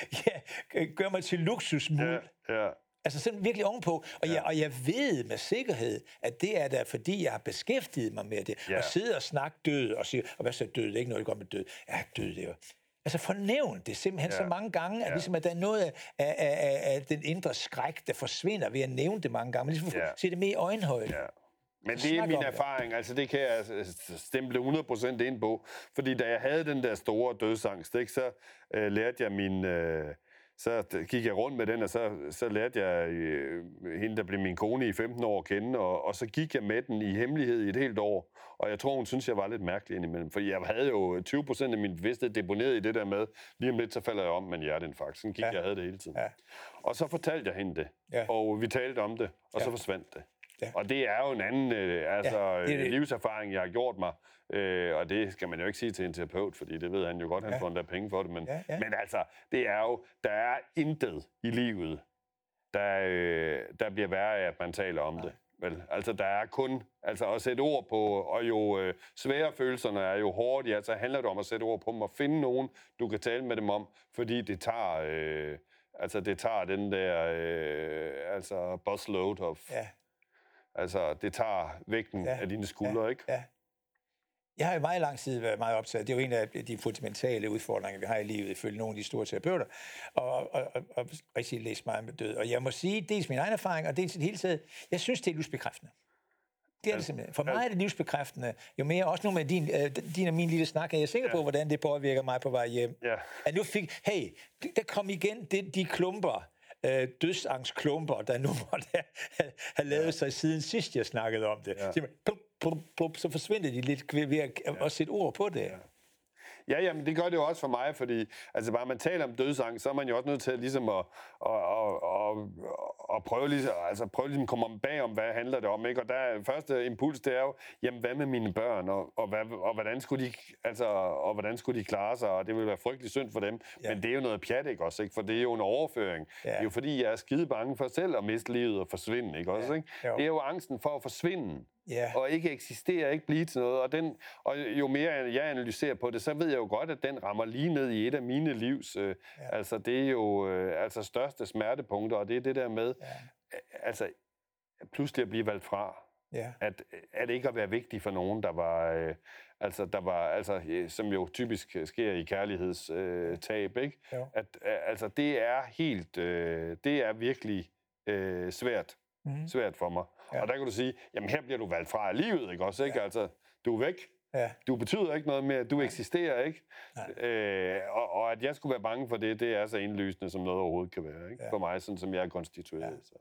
Gør mig til luksusmuld. Ja. Altså sådan virkelig ovenpå. Og jeg ved med sikkerhed, at det er der, fordi jeg har beskæftiget mig med det. Og sidder og snakker død, og siger, og hvad så død? Det er ikke noget, der går med død. Ja, død, det er jo... Altså fornævnt det simpelthen så mange gange, at, ligesom, at der er noget af den indre skræk, der forsvinder ved at nævne det mange gange. Men ligesom se det mere i øjenhøjde. Ja. Men det er min erfaring, altså det kan jeg stemple 100% ind på, fordi da jeg havde den der store dødsangst, ikke, så lærte jeg så gik jeg rundt med den, og så lærte jeg hende, der blev min kone i 15 år at kende, og så gik jeg med den i hemmelighed i et helt år, og jeg tror, hun synes, jeg var lidt mærkelig indimellem, for jeg havde jo 20% af min bevidsthed deponeret i det der med, lige om lidt, så falder jeg om med en hjerteinfarkt. Sådan gik jeg havde det hele tiden. Ja. Og så fortalte jeg hende det, og vi talte om det, og så forsvandt det. Ja. Og det er jo en anden livserfaring, jeg har gjort mig. Og det skal man jo ikke sige til en terapeut, fordi det ved han jo godt, han får endda penge for det. Men altså, det er jo, der er intet i livet, der bliver værre af, at man taler om det. Vel, altså, der er kun at sætte ord på, og jo svære følelserne er jo hårdt, så handler det om at sætte ord på dem og finde nogen, du kan tale med dem om, fordi det tager, det tager den der busload of... Ja. Altså, det tager vægten af dine skuldre, ikke? Ja. Jeg har i meget lang tid været meget optaget. Det er jo en af de fundamentale udfordringer, vi har i livet, ifølge nogle af de store terapeuter, og rigtig læst meget med død. Og jeg må sige, dels min egen erfaring, og dels i det hele taget, jeg synes, det er livsbekræftende. Det er det simpelthen. For mig er det livsbekræftende. Jo mere, også nu med din og min lille snak, er jeg sikker på, hvordan det påvirker mig på vej hjem. Ja. At nu der kom igen de klumper, dødsangstklumper, der nu måtte have lavet sig siden sidst, jeg snakkede om det. Ja. Så forsvinder de lidt ved at sætte ord på det. Ja, jamen, det gør det jo også for mig, fordi altså bare man taler om dødsangst, så er man jo også nødt til ligesom at prøve ligesom at komme bag om, hvad handler det om, ikke? Og der første impuls, det er jo, jamen, hvad med mine børn, og hvordan skulle de klare sig, og det vil være frygtelig synd for dem, men det er jo noget pjat, ikke også, ikke? For det er jo en overføring. Det er jo fordi, jeg er skide bange for selv at miste livet og forsvinde, ikke også, ikke? Det er jo angsten for at forsvinde. Og ikke eksistere, ikke blive til noget. Og jo mere jeg analyserer på det, så ved jeg jo godt, at den rammer lige ned i et af mine livs. Altså, det er jo største smertepunkter, og det er det der med, altså, pludselig at blive valgt fra. At ikke at være vigtig for nogen, som jo typisk sker i kærlighedstab, ikke? Altså, det er helt, det er virkelig svært for mig. Og der kan du sige, jamen her bliver du valgt fra af livet, ikke også, ikke? Altså, du er væk. Du betyder ikke noget mere, du eksisterer ikke. Og at jeg skulle være bange for det, det er så indlysende, som noget overhovedet kan være, ikke? For mig, sådan som jeg er konstitueret. Så.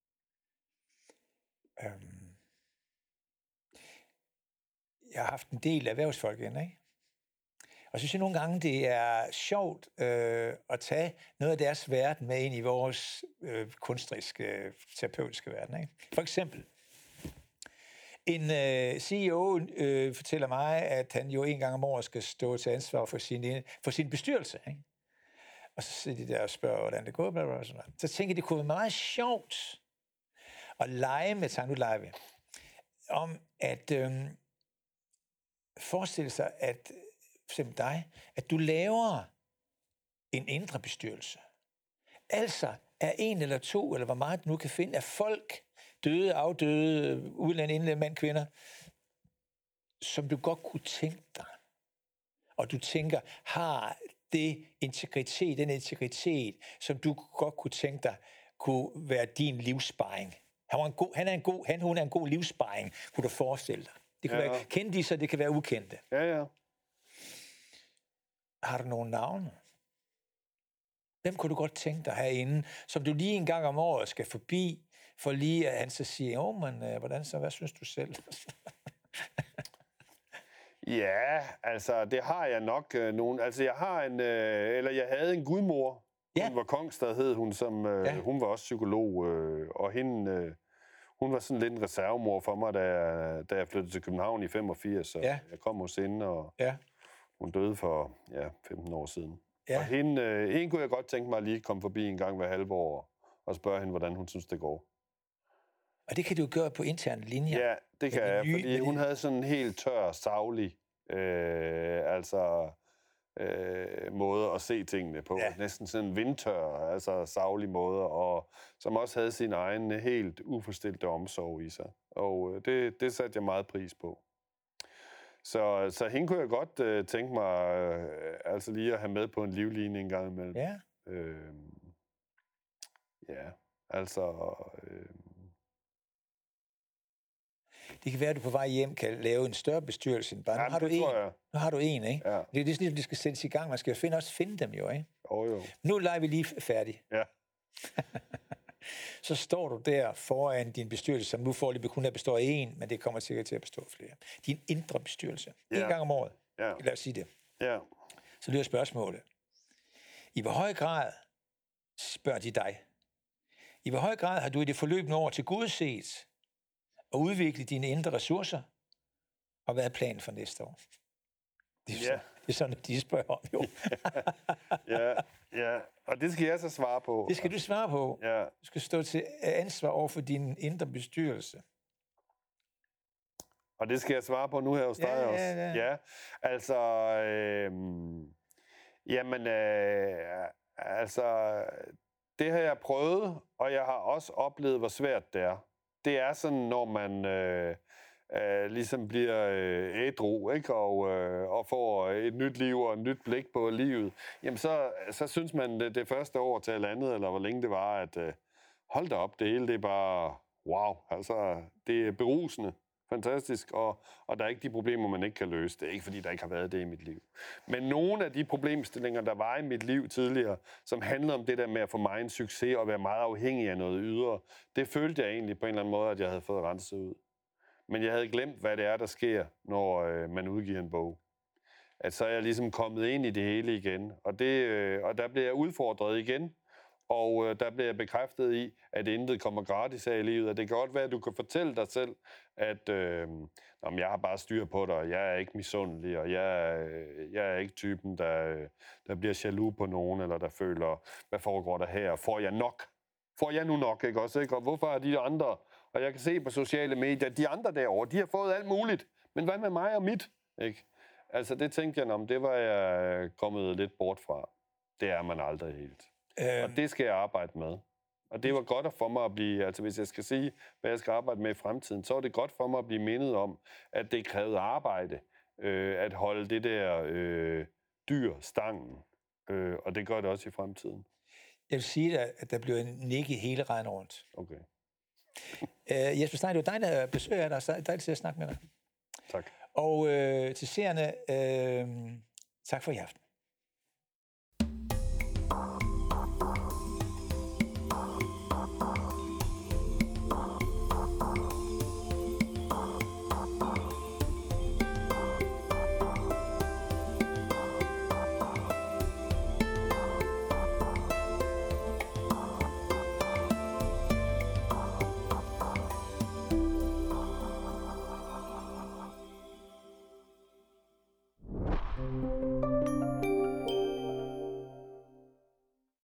Jeg har haft en del erhvervsfolk ind, ikke? Og synes jeg nogle gange, det er sjovt at tage noget af deres verden med ind i vores kunstneriske, terapeutiske verden, ikke? For eksempel, en CEO fortæller mig, at han jo en gang om året skal stå til ansvar for sin bestyrelse, ikke? Og så sidder de der og spørger, hvordan det går, og sådan noget. Så tænker jeg, det kunne være meget sjovt at lege med tanken, om at forestille sig, at for eksempel dig, at du laver en indre bestyrelse. Altså er en eller to, eller hvor meget du nu kan finde, af folk, døde, afdøde, udlændinge, indlændinge, mænd, kvinder, som du godt kunne tænke dig. Og du tænker, har den integritet, som du godt kunne tænke dig, kunne være din livssparing. Hun er en god livssparing, kunne du forestille dig. Det kan være kendte, det kan være ukendte. Ja. Har du nogle navne? Hvem kunne du godt tænke dig herinde, som du lige en gang om året skal forbi, for lige at han så siger, men hvordan så, hvad synes du selv? Ja, altså, det har jeg nok nogen. Altså, jeg havde en gudmor. Hun var Kongstad, hed hun, som hun var også psykolog, og hende, hun var sådan lidt en reservemor for mig, da jeg flyttede til København i 85, og jeg kom hos hende, og hun døde for 15 år siden. Og hende kunne jeg godt tænke mig at lige komme forbi en gang hver halve år, og spørge hende, hvordan hun synes, det går. Og det kan du gøre på interne linjer? Ja, det kan jeg, fordi hun havde sådan en helt tør, saglig, måde at se tingene på. Næsten sådan en vindtør, altså saglig måde, og som også havde sin egen helt uforstilte omsorg i sig. Og det satte jeg meget pris på. Så hende kunne jeg godt tænke mig altså lige at have med på en livline en gang imellem. Det kan være, at du på vej hjem kan lave en større bestyrelse end bare. Nu har du en, ikke? Ja. Det er sådan, at de skal sættes i gang. Man skal også finde dem jo, ikke? Jo. Nu leger vi lige færdig. Ja. Så står du der foran din bestyrelse, som nu foreløbig kun består af en, men det kommer sikkert til at bestå af flere. Din indre bestyrelse. En gang om året. Lad os sige det. Ja. Så lyder spørgsmålet. I hvor høj grad, spørger de dig, i hvor høj grad har du i det forløbende år tilgodeset og udviklet dine indre ressourcer, og hvad er planen for næste år? Det er sådan, de spørger om, jo. Ja, og det skal jeg så svare på. Det skal du svare på. Ja. Du skal stå til ansvar over for din indre bestyrelse. Og det skal jeg svare på nu her hos dig også. Ja, altså, det har jeg prøvet, og jeg har også oplevet, hvor svært det er. Det er sådan, når man ligesom bliver ædru, ikke? Og får et nyt liv og et nyt blik på livet, jamen så synes man det første år til andet, eller hvor længe det var, at hold da op, det hele det er bare wow. Altså, det er berusende, fantastisk, og der er ikke de problemer, man ikke kan løse. Det er ikke, fordi der ikke har været det i mit liv. Men nogle af de problemstillinger, der var i mit liv tidligere, som handlede om det der med at få mig en succes og være meget afhængig af noget ydre, det følte jeg egentlig på en eller anden måde, at jeg havde fået renset ud. Men jeg havde glemt, hvad det er, der sker, når man udgiver en bog. at så er jeg ligesom kommet ind i det hele igen. Og der bliver jeg udfordret igen, og der bliver jeg bekræftet i, at intet kommer gratis af i livet. Og det kan godt være, at du kan fortælle dig selv, at jeg har bare styr på dig, og jeg er ikke misundelig, og jeg er ikke typen, der bliver jaloux på nogen, eller der føler, hvad foregår der her? Får jeg nok? Får jeg nu nok, ikke også? Ikke? Og hvorfor er de andre? Og jeg kan se på sociale medier, at de andre derovre, de har fået alt muligt. Men hvad med mig og mit? Ikke? Altså, det tænkte jeg, om det var jeg kommet lidt bort fra. Det er man aldrig helt. Og det skal jeg arbejde med. Og det var godt for mig at blive, altså hvis jeg skal sige, hvad jeg skal arbejde med i fremtiden, så var det godt for mig at blive mindet om, at det krævede arbejde, at holde det der dyr stangen. Og det gør det også i fremtiden. Jeg vil sige, at der bliver nikket hele vejen rundt. Okay. Jesper Stein, det var dig, der besøger dig, så dejligt til at snakke med dig. Tak. Og til seerne, tak for i aften.